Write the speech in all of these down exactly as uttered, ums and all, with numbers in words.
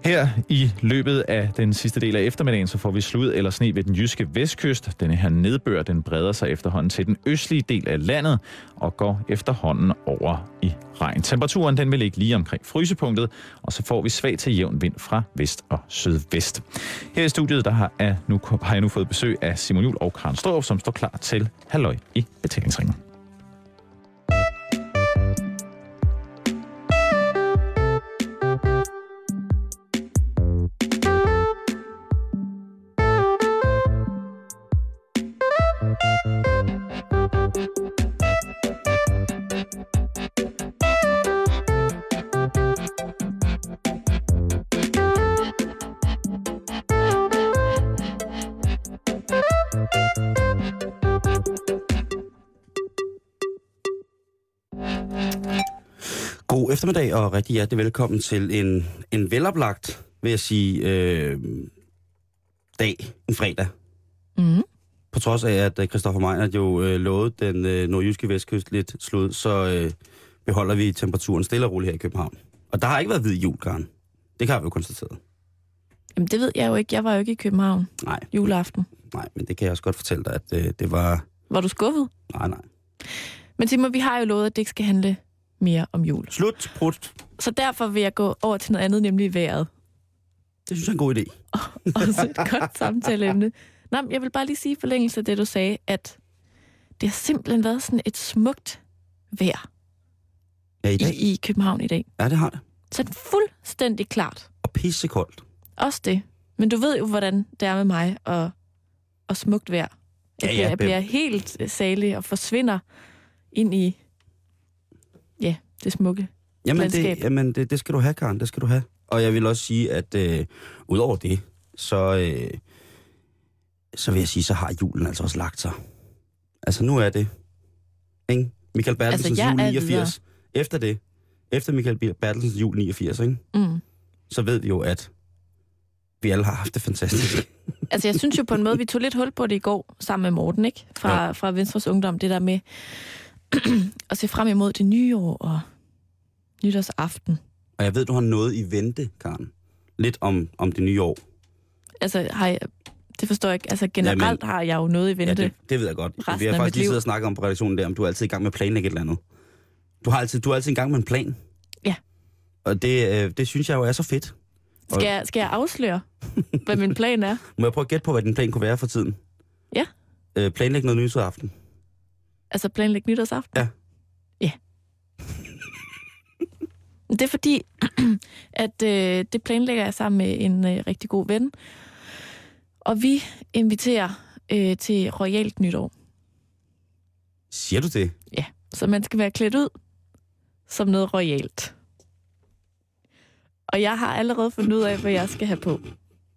Her i løbet af den sidste del af eftermiddagen, så får vi slud eller sne ved den jyske vestkyst. Denne her nedbør, den breder sig efterhånden til den østlige del af landet og går efterhånden over i regn. Temperaturen den vil ligge lige omkring frysepunktet, og så får vi svag til jævn vind fra vest og sydvest. Her i studiet der har, jeg nu, har jeg nu fået besøg af Simon Juhl og Karen Straarup, som står klar til halløj i betalingsringen. God eftermiddag og rigtig hjertelig velkommen til en, en veloplagt, vil jeg sige, øh, dag, en fredag. Mm. På trods af, at Christoffer Meinert jo øh, lovede den øh, nordjyske vestkyst lidt slud, så øh, beholder vi temperaturen stille og roligt her i København. Og der har ikke været hvid jul, Karen. Det kan jeg jo konstateret. Jamen det ved jeg jo ikke. Jeg var jo ikke i København Nej. juleaften. Nej, men det kan jeg også godt fortælle dig, at øh, det var... Var du skuffet? Nej, nej. Men Simon, vi har jo lovet, at det ikke skal handle mere om jul. Slut, prut. Så derfor vil jeg gå over til noget andet, nemlig vejret. Det synes jeg er en god idé. Også et godt samtaleemne. Nå, jeg vil bare lige sige i forlængelse af det, du sagde, at det har simpelthen været sådan et smukt vejr Ja, i dag. i, i København i dag. Ja, det har det. Så det er fuldstændig klart. Og pissekoldt. Også det. Men du ved jo, hvordan det er med mig og, og smukt vejr. Jeg, Ja, ja, bliver, jeg bliver helt salig og forsvinder ind i ja, det smukke Jamen, landskab. det, jamen det, det skal du have, Karen. Det skal du have. Og jeg vil også sige, at øh, udover det, så, øh, så vil jeg sige, så har julen altså også lagt sig. Altså, nu er det, ikke? Michael Bertelsens Altså, jul jeg er niogfirs. Efter det, efter Michael Bertelsens jul niogfirs, ikke? Mm. Så ved vi jo, at vi alle har haft det fantastisk. Altså, jeg synes jo på en måde, vi tog lidt hul på det i går, sammen med Morten, ikke? Fra, ja. fra Venstres Ungdom, det der med at se frem imod det nye år og nytårsaften. Og jeg ved, du har noget i vente, Karen. Lidt om, om det nye år. Altså, har jeg, det forstår jeg ikke. Altså, generelt Jamen, har jeg jo noget i vente. Ja, det, det ved jeg godt. Resten Vi har af faktisk mit lige liv. siddet og snakket om på redaktionen der, om du er altid i gang med at planlægge et eller andet. Du har altid, du er altid i gang med en plan. Ja. Og det, øh, det synes jeg jo er så fedt. Skal jeg, skal jeg afsløre, hvad min plan er? Må jeg prøve at gætte på, hvad din plan kunne være for tiden? Ja. Øh, planlæg noget nytårsaften. Altså planlægge nytårsaften? Ja. Ja. Det er fordi, at øh, det planlægger jeg sammen med en øh, rigtig god ven. Og vi inviterer øh, til royalt nytår. Siger du det? Ja, så man skal være klædt ud som noget royalt. Og jeg har allerede fundet ud af, hvad jeg skal have på.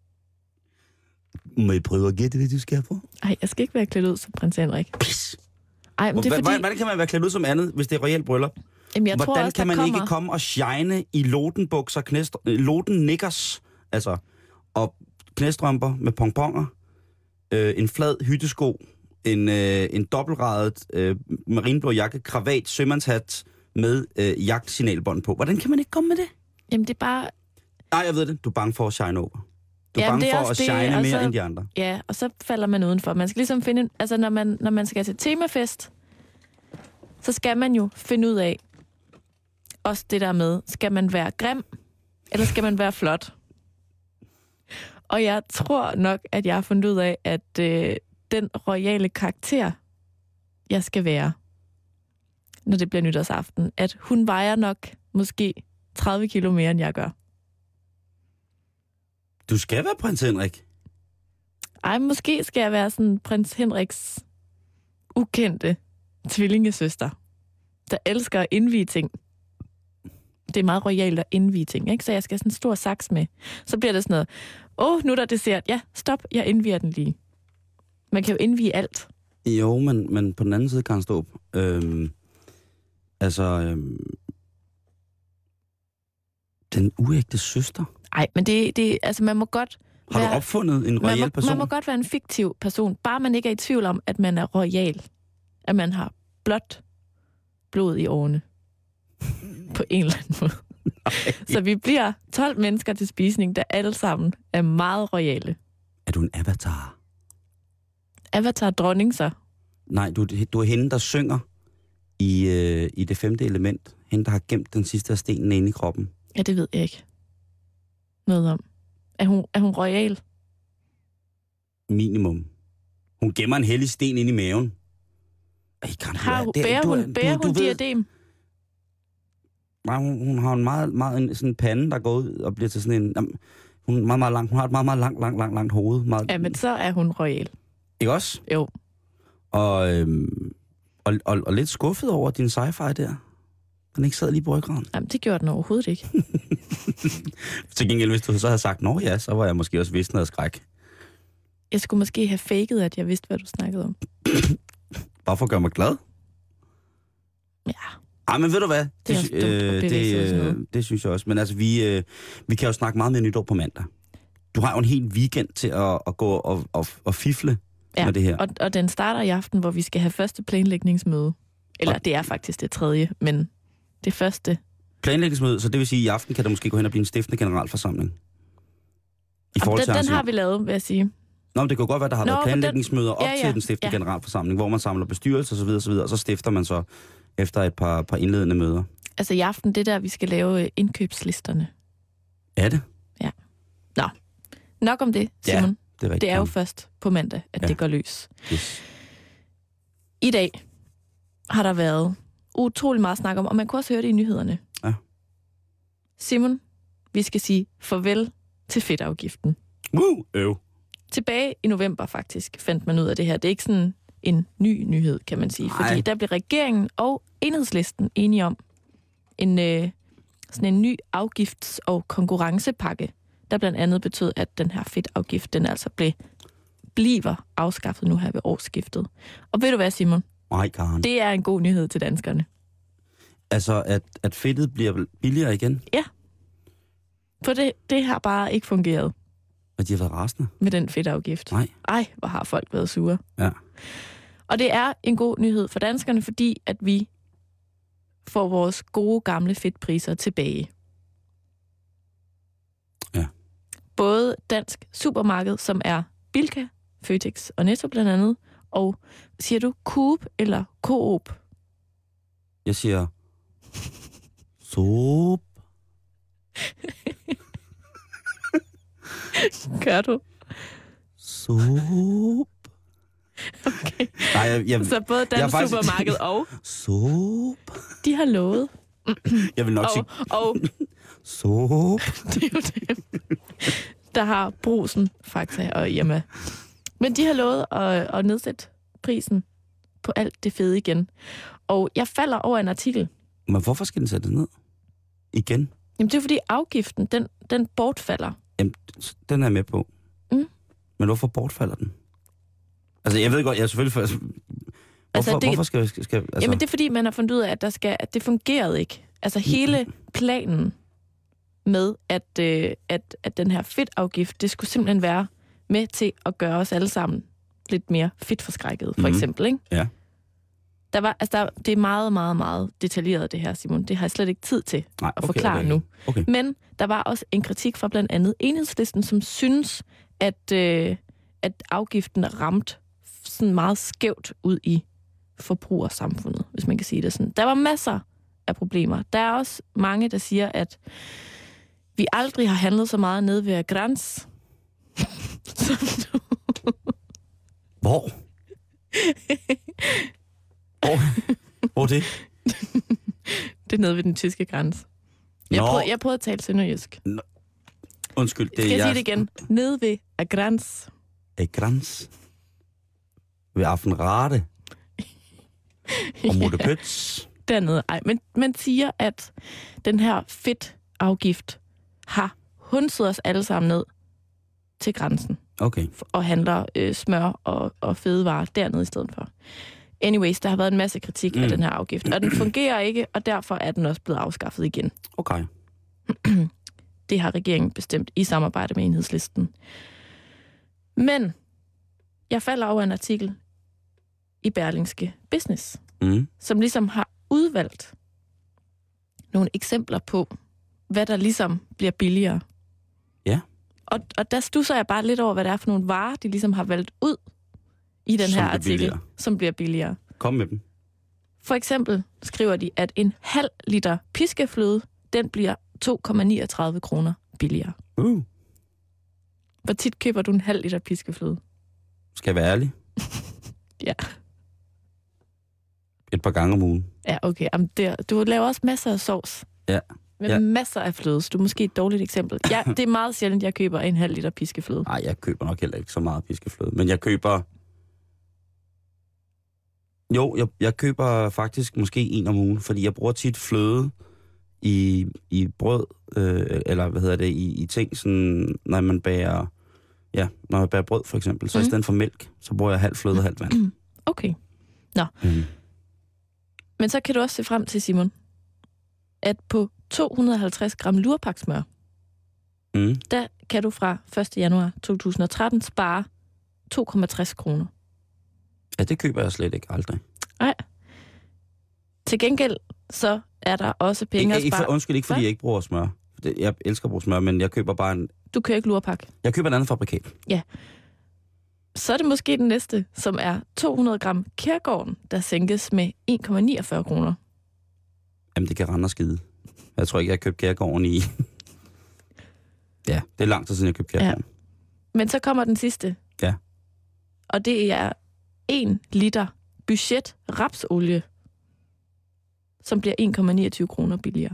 Må I prøve at gætte, hvad du skal have på? Ej, jeg skal ikke være klædt ud som prins Henrik. Pis! Ej, men det er fordi... Hvordan kan man være klædt ud som andet, hvis det er royalt bryllup? Jamen, jeg Hvordan tror også, kan man kommer... ikke komme og shine i lotenbukser, knæst, loten knickers, altså, og knæstrømper med pongponger, øh, en flad hyttesko, en, øh, en dobbeltradet øh, marinblå jakke, kravat, sømandshat med øh, jagtsignalbånd på. Hvordan kan man ikke komme med det? Jamen, det er bare... Nej, jeg ved det. Du er bange for at shine over. Du er Jamen, bange det er for at også shine det, mere altså... end de andre. Ja, og så falder man udenfor. Man skal ligesom finde... En... Altså, når man, når man skal til temafest, så skal man jo finde ud af også det der med, skal man være grim, eller skal man være flot? Og jeg tror nok, at jeg har fundet ud af, at øh, den royale karakter, jeg skal være, når det bliver nytårsaften, at hun vejer nok måske tredive kilo mere, end jeg gør. Du skal være prins Henrik. Ej, måske skal jeg være sådan prins Henriks ukendte tvillingesøster, der elsker at indvige ting. Det er meget royalt at indvige ting, ikke? Så jeg skal have sådan en stor saks med. Så bliver det sådan noget, åh, oh, nu er der dessert. Ja, stop, jeg indviger den lige. Man kan jo indvige alt. Jo, men, men på den anden side kan han stå. Øhm, altså, øhm, den uægte søster. Nej, men det, det, altså man må godt... Har være, du opfundet en royal man må, person? Man må godt være en fiktiv person, bare man ikke er i tvivl om, at man er royal. At man har blåt blod i årene. På en eller anden måde. Så vi bliver tolv mennesker til spisning, der alle sammen er meget royale. Er du en avatar? Avatar dronning så? Nej, du, du er hende, der synger i, øh, i det femte element. Hende, der har gemt den sidste af stenen inde i kroppen. Ja, det ved jeg ikke noget om. Er hun, er hun royal? Minimum. Hun gemmer en hellig sten inde i maven. Ej, kan du, Har, det, bærer du, hun, du, bærer du, hun du diadem? Nej, hun, hun har en meget, meget en, sådan en pande, der går ud og bliver til sådan en... Jamen, hun, er meget, meget lang, hun har et meget, meget langt, langt, langt, langt hoved. Meget, Ja, men så er hun royal. Ikke også? Jo. Og, øhm, og, og, og lidt skuffet over din sci-fi der. Den ikke sad lige på ryggraden. Jamen, det gjorde den overhovedet ikke. Til gengæld, hvis du så havde sagt, nå ja, så var jeg måske også visnet af skræk. Jeg skulle måske have faket, at jeg vidste, hvad du snakkede om. Bare for at gøre mig glad. Ja. Ej, men ved du hvad? Det er også dumt at øh, bevæge sig det, sådan øh, noget. det synes jeg også. Men altså, vi, øh, vi kan jo snakke meget mere nytår på mandag. Du har jo en hel weekend til at, at gå og, og, og fifle Ja, med det her. og, og den starter i aften, hvor vi skal have første planlægningsmøde. Eller Og- det er faktisk det tredje, men det første. Planlægningsmøde, så det vil sige, at i aften kan der måske gå hen og blive en stiftende generalforsamling. I forhold Den, til den arrangement. har vi lavet, vil jeg sige. Nå, men det kan godt være, der har Nå, været men den- planlægningsmøder op Ja, ja. til den stiftende Ja. generalforsamling, hvor man samler bestyrelse osv., osv., og så stifter man så efter et par, par indledende møder. Altså i aften, det er der, vi skal lave øh, indkøbslisterne. Er det? Nok om det, Ja, Simon. Det er rigtigt. Det er jo først på mandag, at Ja. det går løs. Yes. I dag har der været utrolig meget snak om, og man kunne også høre det i nyhederne. Ja. Simon, vi skal sige farvel til fedtafgiften. Woo! Øv. Tilbage i november faktisk fandt man ud af det her. Det er ikke sådan en ny nyhed, kan man sige. Nej. Fordi der blev regeringen og Enhedslisten enige om en, øh, sådan en ny afgifts- og konkurrencepakke, der blandt andet betød, at den her fedtafgift, den altså blev, bliver afskaffet nu her ved årsskiftet. Og ved du hvad, Simon? Nej, Karen. Det er en god nyhed til danskerne. Altså, at, at fedtet bliver billigere igen, For det, det har bare ikke fungeret og de har været rasende. med den fedtafgift. Nej. Ej, hvor har folk været sure. Ja. Og det er en god nyhed for danskerne, fordi at vi får vores gode gamle fedtpriser tilbage. Ja. Både Dansk Supermarked, som er Bilka, Føtex og Netto blandt andet, og siger du Coop eller Coop? Jeg siger... Sop. Gør du? Sop. Okay. Nej, jeg, jeg, Så både Jeg er Dansk faktisk- Supermarked og Sop. de har lovet. Jeg vil nok Og, sige... og Sop. det er jo dem, der har Brugsen, Fakta og Irma. Men de har lovet at, at nedsætte prisen på alt det fede igen. Og jeg falder over en artikel. Men hvorfor skal den sættes ned? Igen? Jamen det er fordi afgiften, den, den bortfalder. Jamen, den er jeg med på. Mm. Men hvorfor bortfalder den? Altså, jeg ved godt, jeg er selvfølgelig... For, hvorfor, Altså, altså, det- hvorfor skal... skal, skal altså, Jamen det er fordi, man har fundet ud af, at, der skal, at det fungerede ikke. Altså hele planen med, at, øh, at, at den her fedtafgift, det skulle simpelthen være med til at gøre os alle sammen lidt mere fedtforskrækkede, for Mhm. eksempel, ikke? Ja. Der var, altså der, det er meget, meget, meget detaljeret, det her, Simon. Det har jeg slet ikke tid til Nej, at okay, forklare okay. nu. Okay. Men der var også en kritik fra blandt andet Enhedslisten, som synes, at, øh, at afgiften ramte sådan meget skævt ud i forbrugersamfundet, hvis man kan sige det sådan. Der var masser af problemer. Der er også mange, der siger, at vi aldrig har handlet så meget nede ved Grans, som nu. Hvor? Hvor? Hvor er det? Det er nede ved den tyske grænse. Jeg Nå. prøvede, jeg prøvede at tale sønderjysk. Undskyld, det Skal jeg er sige det igen? Nede ved Grans. Er Grans. Ved Affenrade. Og Modepøts. Dernede. Ej, men man siger, at den her fedtafgift har hundset os alle sammen ned til grænsen Okay. og handler øh, smør og, og fødevarer dernede i stedet for. Anyways, der har været en masse kritik mm. af Mm. den her afgift, og den fungerer ikke, og derfor er den også blevet afskaffet igen. Okay. Det har regeringen bestemt i samarbejde med Enhedslisten. Men jeg falder over en artikel i Berlingske Business, Mm. som ligesom har udvalgt nogle eksempler på, hvad der ligesom bliver billigere. Ja. Og, og der stusser jeg bare lidt over, hvad det er for nogle varer, de ligesom har valgt ud i den Som her bliver artikel, billigere. som bliver billigere. Kom med dem. For eksempel skriver de, at en halv liter piskefløde, den bliver to komma niogtredive kroner billigere. Uh. Hvor tit køber du en halv liter piskefløde? Skal jeg være ærlig? Ja. Et par gange om ugen. Ja, okay. Jamen, der, du laver også masser af sovs. Ja. Med Ja. masser af fløde, så du er måske et dårligt eksempel. Ja, det er meget sjældent, jeg køber en halv liter piskefløde. Nej, jeg køber nok heller ikke så meget piskefløde. Men jeg køber... Jo, jeg, jeg køber faktisk måske en om ugen, fordi jeg bruger tit fløde i, i brød, øh, eller hvad hedder det, i, i ting, sådan, når man bager... Ja, når jeg bager brød for eksempel, så mm. i stedet for mælk, så bruger jeg halv fløde og halvt vand. Okay. Nå. Mm. Men så kan du også se frem til, Simon, at på to hundrede og halvtreds gram lurpaksmør, Mm. der kan du fra første januar to tusind og tretten spare to komma tres kroner. Ja, det køber jeg slet ikke aldrig. Nej. Til gengæld, så er der også penge at Ikke, spare. ikke for, undskyld, ikke fordi Hva? jeg ikke bruger smør. Det, jeg elsker at bruge smør, men jeg køber bare en... Du kører ikke lurpak. Jeg køber et andet fabrikat. Så er det måske den næste, som er to hundrede gram Kærgården, der sænkes med en komma niogfyrre kroner. Jamen, det kan rende og skide. Jeg tror ikke, jeg har købt Kærgården i... Ja, det er lang tid siden, jeg købte Kærgården. Ja. Men så kommer den sidste. Ja. Og det er en liter budget rapsolie, som bliver en komma niogtyve kroner billigere.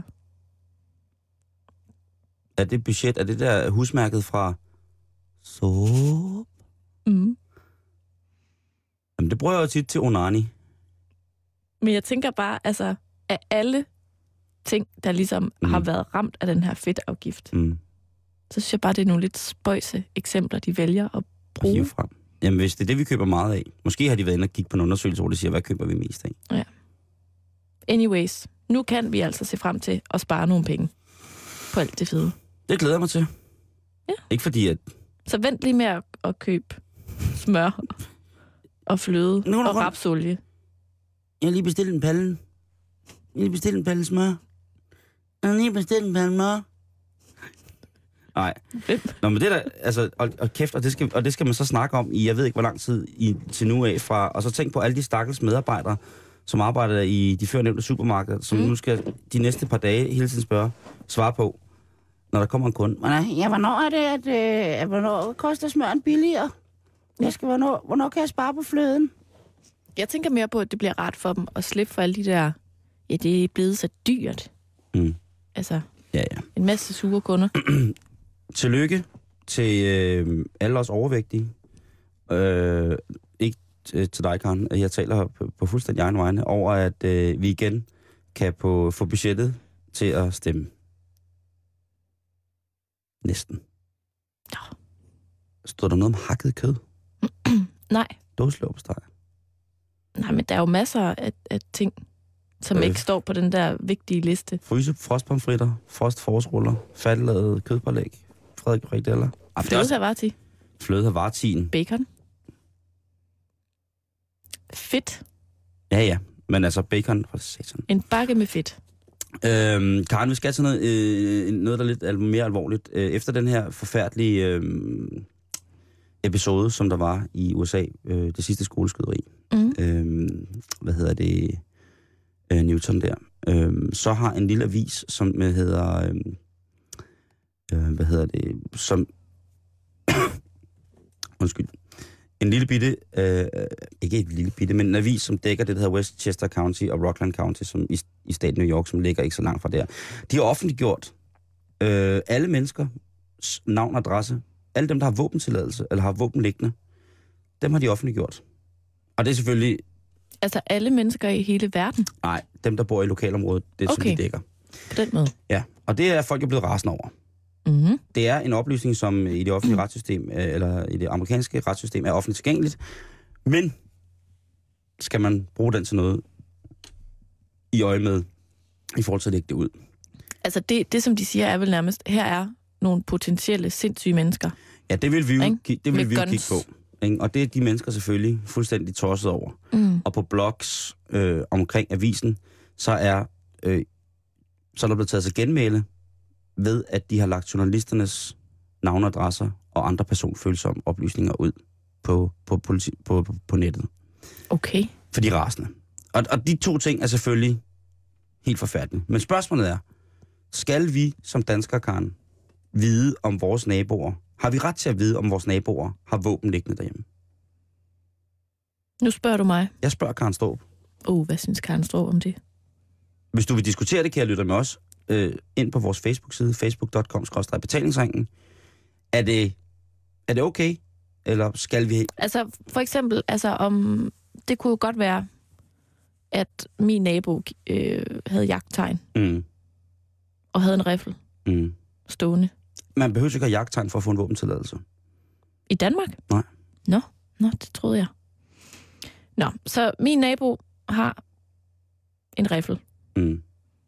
Er det budget, er det der husmærket fra... Så... Mm. Jamen, det bruger jeg jo tit til onani. Men jeg tænker bare, altså, af alle ting, der ligesom mm. har været ramt af den her fedtafgift, Mm. så synes jeg bare, det er nogle lidt spøjse eksempler, de vælger at bruge. Hive frem. Jamen, hvis det er det, vi køber meget af. Måske har de været inde og kigge på en undersøgelse, hvor de siger, hvad køber vi mest af? Ja. Anyways, nu kan vi altså se frem til at spare nogle penge på alt det fede. Det glæder jeg mig til. Ja. Ikke fordi, at... Så vent lige med at, at købe smør og fløde Nu er der og rundt. rapsolie. Jeg har lige bestilt en palle. Jeg har lige bestilt en palle smør. Jeg har lige bestilt en palle smør. Nej. Nå, men det der, altså, og, og kæft, og det, skal, og det skal man så snakke om i, jeg ved ikke, hvor lang tid i, til nu af fra, og så tænk på alle de stakkels medarbejdere, som arbejder i de førnævnte supermarkeder, som mm. nu skal de næste par dage hele tiden spørge, svare på, når der kommer en kunde. Ja, hvornår er det, at, øh, hvornår koster smøren billigere? Jeg skal, hvornår, hvornår kan jeg spare på fløden? Jeg tænker mere på, at det bliver rart for dem at slippe for alle de der, ja, det er blevet så dyrt. Mm. Altså, Ja, ja. en masse sure kunder. Tillykke til øh, alle os overvægtige. Øh, ikke til, til dig, Karen. Jeg taler på, på fuldstændig egen vegne over, at øh, vi igen kan på, få budgettet til at stemme. Næsten. Ja. Stod der noget om hakket kød? Nej. Dåseløbsteg. Nej, men der er jo masser af, af ting, som Øh. ikke står på den der vigtige liste. Fryse frostpomfritter, frost forårsruller, færdiglavet kødpålæg, Frederik Rigdeller. Fløde Havarti. Fløde Havartien. Bacon. Fedt. Ja, ja. Men altså bacon, for satan. En bakke med fedt. Øhm, Karen, vi skal til noget, øh, noget der er lidt al- mere alvorligt. Øh, efter den her forfærdelige øh, episode, som der var i U S A, øh, det sidste skoleskyderi, Mm. øh, hvad hedder det, øh, Newton der, øh, så har en lille avis, som hedder, øh, øh, hvad hedder det, som, undskyld, en lille bitte, øh, ikke et lille bitte, men en avis, som dækker det, der hedder Westchester County og Rockland County, som i, i staten New York, som ligger ikke så langt fra der. De har offentliggjort øh, alle mennesker, navn og adresse, alle dem, der har våbentilladelse, eller har våben liggende, dem har de offentliggjort. Og det er selvfølgelig... Altså alle mennesker i hele verden. Nej, dem, der bor i lokalområdet, det er, okay, som de dækker. På den måde. Ja, og det er folk er blevet rasende over. Mm-hmm. Det er en oplysning, som i det offentlige retssystem, eller i det amerikanske retssystem, er offentligt tilgængeligt. Men skal man bruge den til noget i øje med, i forhold til at lægge det ud? Altså det, det, som de siger, er vel nærmest, her er nogle potentielle sindssyge mennesker. Ja, det vil vi jo, Ikke? det vil vi jo guns. kigge på. Ikke? Og det er de mennesker selvfølgelig fuldstændig tosset over. Mm. Og på blogs øh, omkring avisen, så er, øh, så er der blevet taget sig genmæle ved, at de har lagt journalisternes navneadresser og andre personfølsomme oplysninger ud på, på, politi, på, på, på nettet. Okay. For de rasende. Og, og de to ting er selvfølgelig helt forfærdelige. Men spørgsmålet er, skal vi som danskere, Karen, vide om vores naboer? Har vi ret til at vide, om vores naboer har våben liggende derhjemme? Nu spørger du mig. Jeg spørger Karen Straarup. Åh, oh, hvad synes Karen Straarup om det? Hvis du vil diskutere det, kan jeg lytte med os øh, ind på vores Facebook-side, facebook punktum com skråstreg betalingsringen. Er det, er det okay? Eller skal vi... Altså, for eksempel, altså om... Det kunne jo godt være, at min nabo øh, havde jagttegn Mm. og havde en riffel Mm. stående. Man behøver ikke have jagttegn for at få en våbentilladelse. I Danmark? Nej. Nå, nå, det troede jeg. Nå, så min nabo har en riffel. Mm.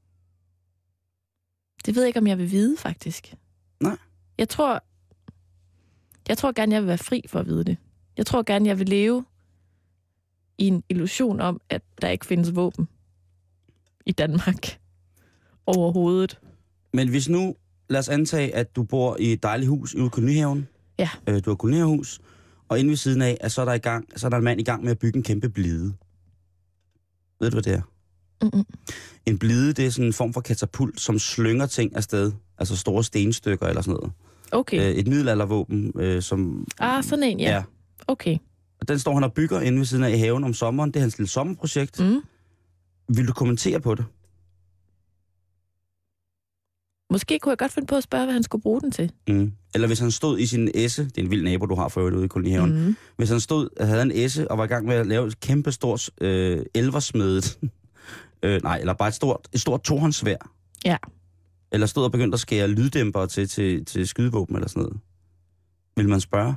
Det ved jeg ikke, om jeg vil vide, faktisk. Nej. Jeg tror, jeg tror gerne, jeg vil være fri for at vide det. Jeg tror gerne, jeg vil leve i en illusion om, at der ikke findes våben i Danmark overhovedet. Men hvis nu, lad os antage, at du bor i et dejligt hus ude i Kolonihaven. Ja. Øh, du har kolonihavehus, og inde ved siden af, at så er der i gang, så er der en mand i gang med at bygge en kæmpe blide. Ved du, hvad det er? Mm-mm. En blide, det er sådan en form for katapult, som slynger ting afsted. Altså store stenstykker eller sådan noget. Okay. Øh, et middelaldervåben, øh, som... Ah, sådan en, ja. ja. Okay. Og den står han og bygger inde ved siden af i haven om sommeren. Det er hans lille sommerprojekt. Mm. Vil du kommentere på det? Måske kunne jeg godt finde på at spørge, hvad han skulle bruge den til. Mm. Eller hvis han stod i sin esse, det er en vild nabo, du har for øvrigt ude i kolonihaven. Mm. Hvis han stod, havde en esse og var i gang med at lave et kæmpe stort øh, elversmedet, øh, nej, eller bare et stort, et stort tohåndssvær. Ja. Eller stod og begyndte at skære lyddæmpere til, til, til skydevåben eller sådan noget. Vil man spørge?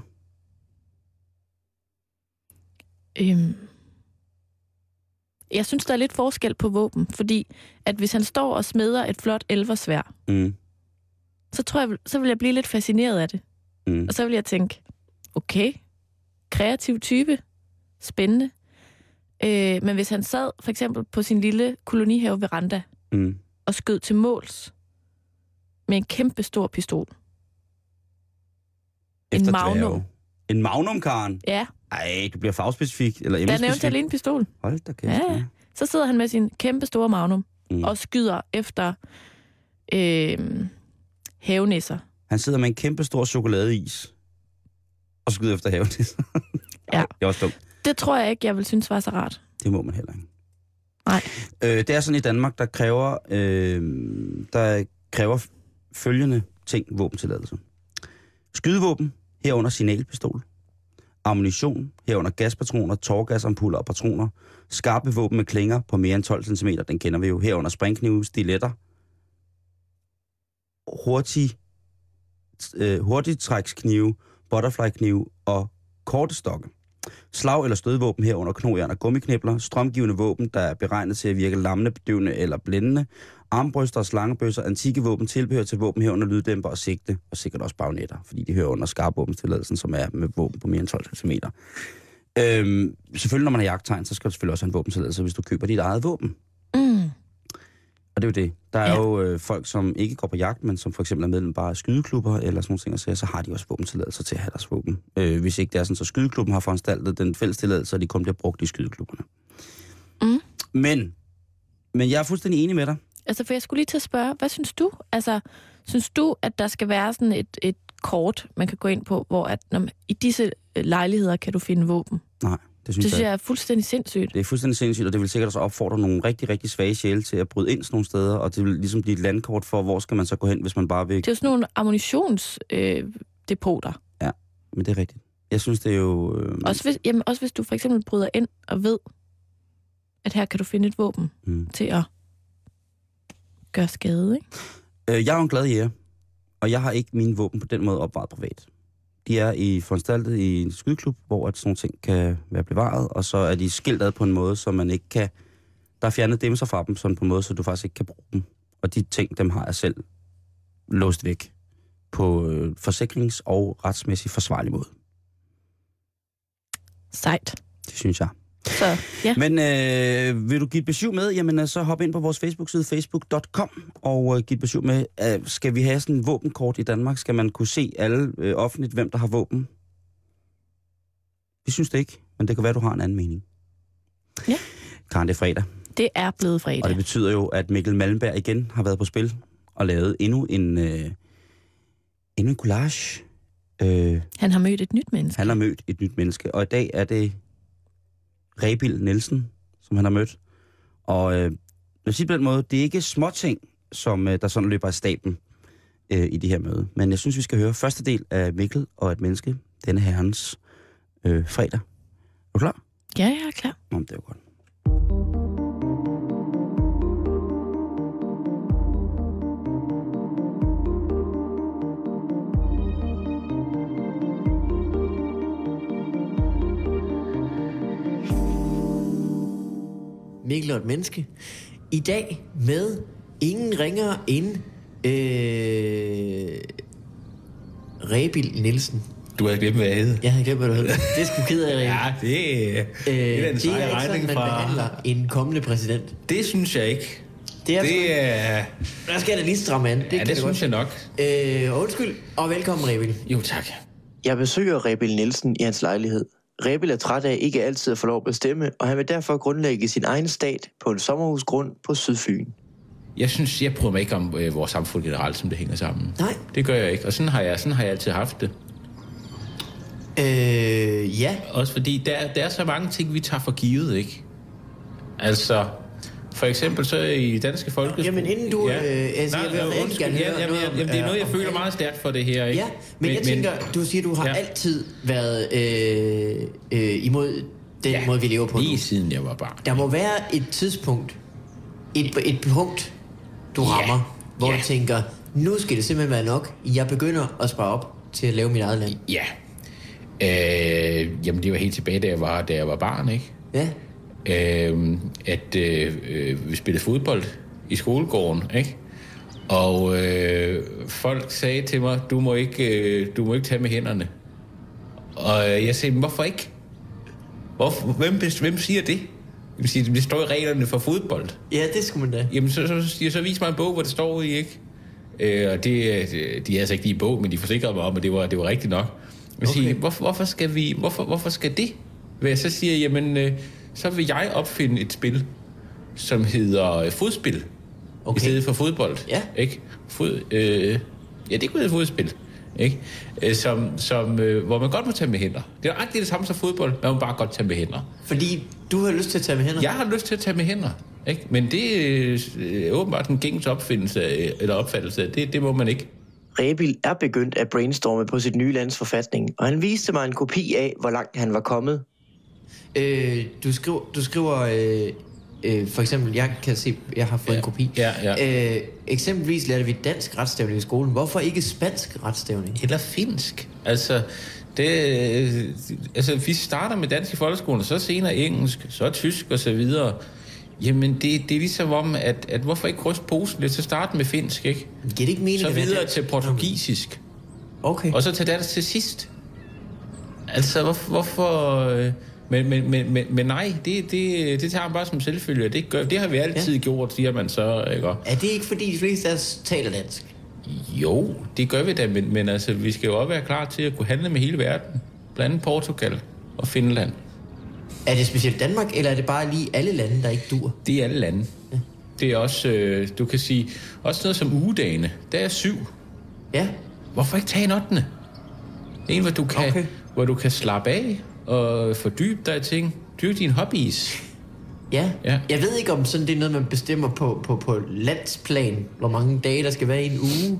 Øhm. Jeg synes, der er lidt forskel på våben, fordi at hvis han står og smeder et flot elversværd, Mm. så tror jeg, så vil jeg blive lidt fascineret af det. Mm. Og så vil jeg tænke, okay, kreativ type, spændende. Øh, men hvis han sad for eksempel på sin lille kolonihave veranda Mm. og skød til måls med en kæmpe stor pistol. Efter Magnum. dværge. En Magnum, Karen? Ja, Ej, du bliver fagspecifik. Eller der nævnte jeg emnespecifik. lige en pistol. Hold da kæft. Ja, ja. Så sidder han med sin kæmpe store magnum Mm. og skyder efter øh, havenisser. Han sidder med en kæmpe stor chokoladeis og skyder efter haven. Ja. Det er også dumt. Det tror jeg ikke, jeg vil synes var så rart. Det må man heller ikke. Nej. Øh, det er sådan i Danmark, der kræver, øh, der kræver følgende ting våbentilladelse. Skydevåben, herunder signalpistol. Ammunition, herunder gaspatroner, tårgasampuller og patroner. Skarpe våben med klinger på mere end tolv centimeter, den kender vi jo. Herunder sprængknive, stiletter. Hurtig, øh, hurtigtræksknive, butterflyknive og kortestokke. Slag- eller stødvåben herunder knogjern og gummiknibler. Strømgivende våben, der er beregnet til at virke lammende, bedøvende eller blændende. Armbryster og slangebøsser, antikke våben, tilbehør til våben herunder lyddæmper og sigte. Og sikkert også bagnetter, fordi de hører under skarpvåbenstilladelsen, som er med våben på mere end tolv centimeter. Øhm, selvfølgelig, når man har jagttegn, så skal du selvfølgelig også have en våbentilladelse, hvis du køber dit eget våben. Mm. Og det er jo det. Der er Ja. jo øh, folk, som ikke går på jagt, men som for eksempel er medlem bare af skydeklubber eller sådan nogle ting, og så, så har de også våbentilladelser til at have deres våben. Øh, hvis ikke det er sådan, så skydeklubben har foranstaltet den fælles tilladelse, og de kun bliver brugt i skydeklubberne. Mm. Men, men jeg er fuldstændig enig med dig. Altså, for jeg skulle lige til at spørge, hvad synes du? Altså, synes du, at der skal være sådan et, et kort, man kan gå ind på, hvor at, når man, i disse lejligheder kan du finde våben? Nej, det synes Det synes jeg jeg er fuldstændig sindssygt. Det er fuldstændig sindssygt, og det vil sikkert også opfordre nogle rigtig, rigtig svage sjæle til at bryde ind sådan nogle steder, og det vil ligesom blive et landkort for, hvor skal man så gå hen, hvis man bare vil... Det er jo sådan nogle ammunitionsdepoter. Øh, depoter. Ja, men det er rigtigt. Jeg synes, det er jo... Øh... også, hvis, jamen, også hvis du for eksempel bryder ind og ved, at her kan du finde et våben Mm. til at gøre skade, ikke? Øh, jeg er jo en glad jæger, og jeg har ikke mine våben på den måde opvaret privat. De er i foranstaltet i en skydeklub, hvor at sådan nogle ting kan være bevaret, og så er de skilt ad på en måde, så man ikke kan... Der er fjernet dæmser fra dem, sådan på en måde, så du faktisk ikke kan bruge dem. Og de ting, dem har jeg selv låst væk på øh, forsikrings- og retsmæssigt forsvarlig måde. Sejt. Det synes jeg. Så, ja. Men øh, vil du give et besøg med, jamen så hop ind på vores Facebook-side, facebook punktum com, og øh, give et besøg med, øh, skal vi have sådan en våbenkort i Danmark? Skal man kunne se alle øh, offentligt, hvem der har våben? Vi synes det ikke, men det kan være, du har en anden mening. Ja. Karen, det er fredag. Det er blevet fredag. Og det betyder jo, at Mikkel Malmberg igen har været på spil og lavet endnu en, øh, endnu en collage. Øh, han har mødt et nyt menneske. Han har mødt et nyt menneske, og i dag er det Rebild Nielsen, som han har mødt. Og øh, jeg siger på den måde, det er ikke småting, som øh, der sådan løber af staben øh, i det her møde. Men jeg synes, vi skal høre første del af Mikkel og et menneske, denne herrens øh, fredag. Er du klar? Ja, jeg er klar. Nå, det er jo godt. Mikkel og et menneske. I dag med ingen ringere end øh, Rebild Nielsen. Du har glemt, hvad jeg hedder. Jeg havde glemt, hvad du hedder. Det er sgu ked af, Rebild. Ja, det, øh, det er en sej regning sådan, man fra... behandler en kommende præsident. Det synes jeg ikke. Det er, det er... Der skal jeg da lige stramme an. Det, ja, det, det synes jeg nok. Øh, undskyld, og velkommen, Rebild. Jo, tak. Jeg besøger Rebild Nielsen i hans lejlighed. Rebild er træt af ikke altid at få lov at bestemme, og han vil derfor grundlægge sin egen stat på en sommerhusgrund på Sydfyn. Jeg synes, jeg bryder mig ikke om øh, vores samfund generelt, som det hænger sammen. Nej. Det gør jeg ikke, og sådan har jeg, sådan har jeg altid haft det. Øh, ja. Også fordi, der, der er så mange ting, vi tager for givet, ikke? Altså... For eksempel så i danske folkeskole... Jamen inden du... Ja. Øh, altså, Nej, jeg vil rigtig gerne høre jamen, noget jamen, jamen, det er noget, jeg øh, føler meget stærkt for det her, ikke? Ja, men, men jeg tænker, du siger, du har ja. altid været øh, øh, imod den ja, måde, vi lever på lige nu. siden jeg var barn. Der må være et tidspunkt, et, et punkt, du ja. rammer, hvor ja. du tænker, nu skal det simpelthen være nok. Jeg begynder at spare op til at lave mit eget land. Ja. Øh, jamen, det var helt tilbage, da jeg var, da jeg var barn, ikke? Ja. Øh, at øh, vi spillede fodbold i skolegården, ikke? Og øh, folk sagde til mig, du må ikke, øh, du må ikke tage med hænderne. Og jeg sagde, hvorfor ikke? Hvorfor? Hvem, hvem siger det? Jeg siger, det står i reglerne for fodbold. Ja, det skulle man da. Jamen, så, så, så, så vis mig en bog, hvor det står i, ikke? Øh, og det, de er altså ikke lige i bog, men de forsikrede mig om, at det var, det var rigtigt nok. Jeg okay. siger, hvorfor, hvorfor skal vi, hvorfor, hvorfor skal det? Hvad så siger jeg, jamen... Øh, så vil jeg opfinde et spil, som hedder fodspil, okay. i stedet for fodbold. Ja. Ikke? Fod, øh, ja, det kunne hedde fodspil. Ikke? Øh, som, som, øh, hvor man godt må tage med hænder. Det er ikke det samme som fodbold, man må bare godt tage med hænder. Fordi du har lyst til at tage med hænder? Jeg har lyst til at tage med hænder. Ikke? Men det øh, er åbenbart en gængs opfindelse eller opfattelse. Det, det må man ikke. Rebild er begyndt at brainstorme på sit nye lands forfatning, og han viste mig en kopi af, hvor langt han var kommet. Øh, du skriver, du skriver øh, øh, for eksempel, jeg kan se, jeg har fået ja. en kopi. Ja, ja. Øh, eksempelvis lærte vi dansk retstavning i skolen. Hvorfor ikke spansk retstavning? Eller finsk. Altså, det, altså vi starter med dansk i folkeskolen, så senere engelsk, så tysk og så videre. Jamen, det, det er ligesom om, at, at hvorfor ikke ryste posen lidt, så starte med finsk, ikke? Giver det ikke mening? Så videre til portugisisk. Okay. Og så til dansk til sidst. Altså, hvorfor... hvorfor Men, men, men, men, men nej, det, det, det tager man bare som selvfølge. Det, gør, det har vi altid ja. gjort, siger man så. Ikke? Er det ikke, fordi de fleste af os taler dansk? Jo, det gør vi da, men, men altså, vi skal jo også være klar til at kunne handle med hele verden. Blandt andet Portugal og Finland. Er det specielt Danmark, eller er det bare lige alle lande, der ikke dur? Det er alle lande. Ja. Det er også, øh, du kan sige, også noget som ugedagene. Der er syv. Ja. Hvorfor ikke tage en ottende? En, hvor du kan, okay. hvor du kan slappe af og fordybe dig i ting. Dyrke dine hobbies. Ja. ja. Jeg ved ikke, om sådan det er noget, man bestemmer på, på, på landsplan. Hvor mange dage, der skal være i en uge.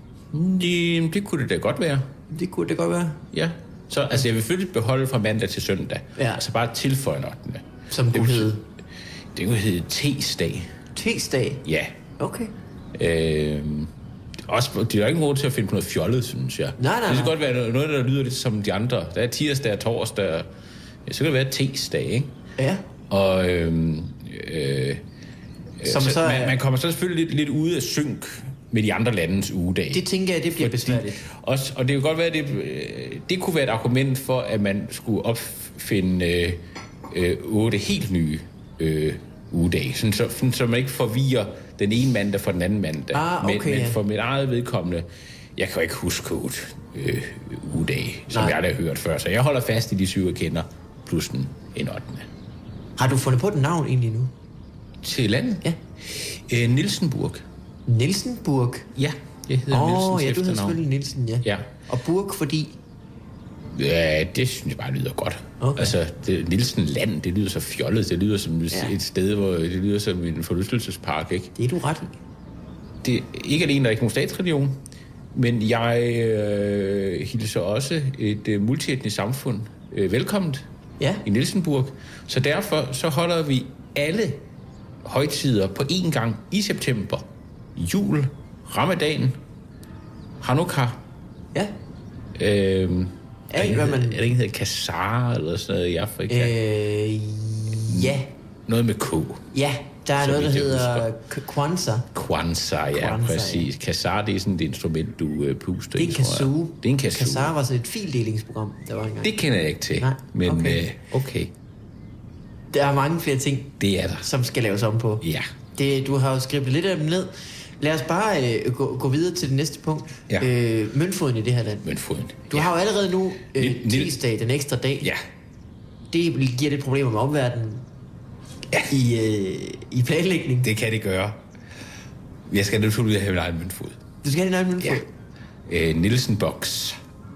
Det, det kunne det da godt være. Det kunne det godt være. Ja. Så altså, jeg vil selvfølgelig beholde fra mandag til søndag. Ja. Altså bare tilføje en ottende. Som det kunne hedde? Det kunne hedde Tesdag. Tesdag? Ja. Okay. Øh, også, det er jo ikke en grund til at finde på noget fjollet, synes jeg. Nej, nej, nej. Det kan godt være noget, der lyder lidt som de andre. Der er tirsdag og torsdag. Ja, så kan det være Tesdag, ikke? Ja. Og øh, øh, Som så, så man, man kommer så selvfølgelig lidt, lidt ude af synk med de andre landes ugedage. Det tænker jeg, det bliver besværligt. Også, og det kan godt være, at det, det kunne være et argument for, at man skulle opfinde øh, øh, otte helt nye øh, ugedage, sådan, så, sådan, så man ikke forvirrer den ene mandag fra den anden mandag. Ah, okay, men, men ja. for mit eget vedkommende, jeg kan jo ikke huske otte øh, ugedage, som Nej. jeg aldrig har hørt før, så jeg holder fast i de syv, jeg kender, plus en, en ottende. Har du fundet på et navn egentlig nu? Til landet? Ja. Øh, Nielsenburg. Nielsenburg? Ja, jeg hedder Åh, Nielsens oh, ja, du hedder efternavn. selvfølgelig Nielsen, ja. Ja. Og Burg, fordi... Ja, det synes jeg bare lyder godt. Okay. Altså, det, Nielsen Land, det lyder så fjollet. Det lyder som Ja. et sted, hvor det lyder som en forlystelsespark, ikke? Det er du ret i. Det er ikke alene, der er ikke nogen statsreligion, men jeg øh, hilser også et øh, multietnisk samfund øh, velkomment Ja. i Nielsenburg. Så derfor så holder vi alle højtider på én gang i september. Jul, Ramadan, Hanukkah, Ja. øh, Ja, er, hvad man- er det ikke, der hedder Kassar eller sådan noget i Afrika? Øh, ja. Noget med K. Ja, der er Så noget, der vidt jeg hedder K- Kwanzaa. Kwanzaa, ja, Kwanzaa, præcis. Kassar, det er sådan et instrument, du uh, puster Det er en i, tror jeg. kazoo. Det er en kazoo. Kassar var så et fildelingsprogram, der var engang. Det kender jeg ikke til. Nej, Men okay. okay. Uh, okay, Der er mange flere ting, det er der. som skal laves om på. Ja. Det, du har jo skrevet lidt af dem ned. Lad os bare øh, gå, gå videre til det næste punkt. Ja. Øh, møntfoden i det her land. Møntfoden. Du ja. har jo allerede nu øh, Nil- Nil- tirsdag, den ekstra dag. Ja. Det giver lidt problemer med omverdenen ja. i, øh, i planlægning. Det kan det gøre. Jeg skal naturligvis have min egen møntfod. Du skal have din egen møntfod. Ja. Øh, Nielsen Box.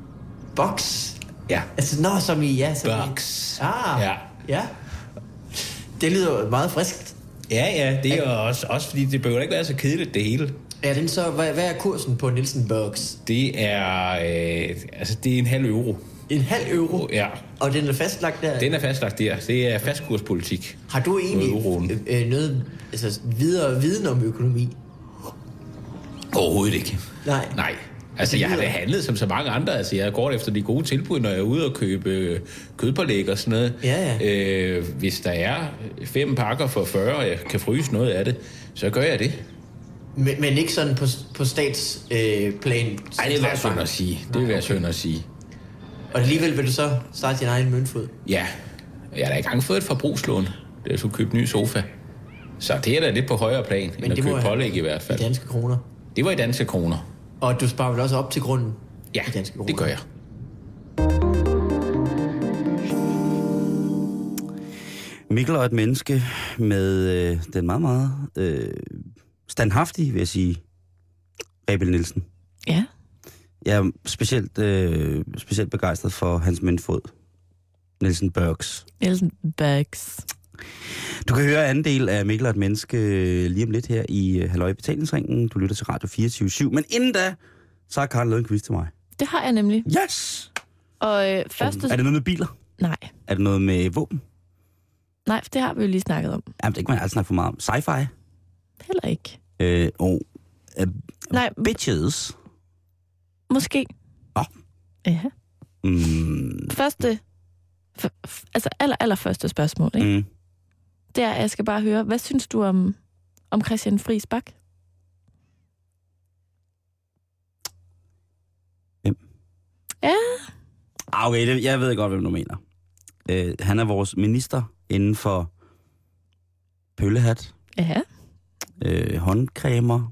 Box. Ja. Altså, nå, som i... Ja, som Box. I, ah, Ja. ja. Det lyder meget friskt. Ja, ja, det er jo også, også fordi, det behøver ikke være så kedeligt, det hele. Er den så... Hvad, hvad er kursen på Nielsen Box? Det er, øh, altså, det er en halv euro. En halv euro? Ja. Og den er fastlagt der? Den er fastlagt der. Det er fastkurspolitik. Har du egentlig Euroen. øh, noget altså, videre viden om økonomi? Overhovedet ikke. Nej. Nej. Altså, Det jeg har da lyder- handlet som så mange andre. Altså, jeg går efter de gode tilbud, når jeg er ude og købe øh, kødpålæg og sådan noget. Ja, ja. Øh, hvis der er fem pakker for fyrre, og jeg kan fryse noget af det, så gør jeg det. Men, men ikke sådan på, på statsplan? Øh, plan, Nej, det vil være synd at sige. Det vil være synd at sige. Og alligevel vil du så starte din egen møntfod? Ja, jeg har da engang fået et forbrugslån, da jeg skulle købe en ny sofa. Så det er da lidt på højere plan, end at det må købe have- pålæg i hvert fald. I danske kroner. Det var i danske kroner. Og du sparer vel også op til grunden? Ja, i danske kroner. det gør jeg. Mikkel er et menneske med øh, den meget, meget øh, standhaftige, vil jeg sige, Rebel Nielsen. Ja. Jeg er specielt, øh, specielt begejstret for hans møntfod, Nielsen Burks. Nielsen Bags. Du kan høre anden del af Mikkel er et menneske øh, lige om lidt her i øh, Halløj i Betalingsringen. Du lytter til Radio fireogtyve syv. Men inden da, så har Karen lavet en quiz til mig. Det har jeg nemlig. Yes! Og øh, første... Er det noget med biler? Nej. Er det noget med våben? Nej, for det har vi jo lige snakket om. Jamen, det kan man altid snakke for meget om. Sci-fi? Heller ikke. Øh, og øh, Nej, bitches? måske. Åh. Ja. Mm, Første... F- f- altså aller, aller første spørgsmål, ikke? mm. Det er, at jeg skal bare høre, hvad synes du om, om Christian Friis Bak? Hvem? Ja. Ah, okay, det, jeg ved godt, hvem du mener. Øh, han er vores minister inden for pøllehat, Ja. øh, håndcremer,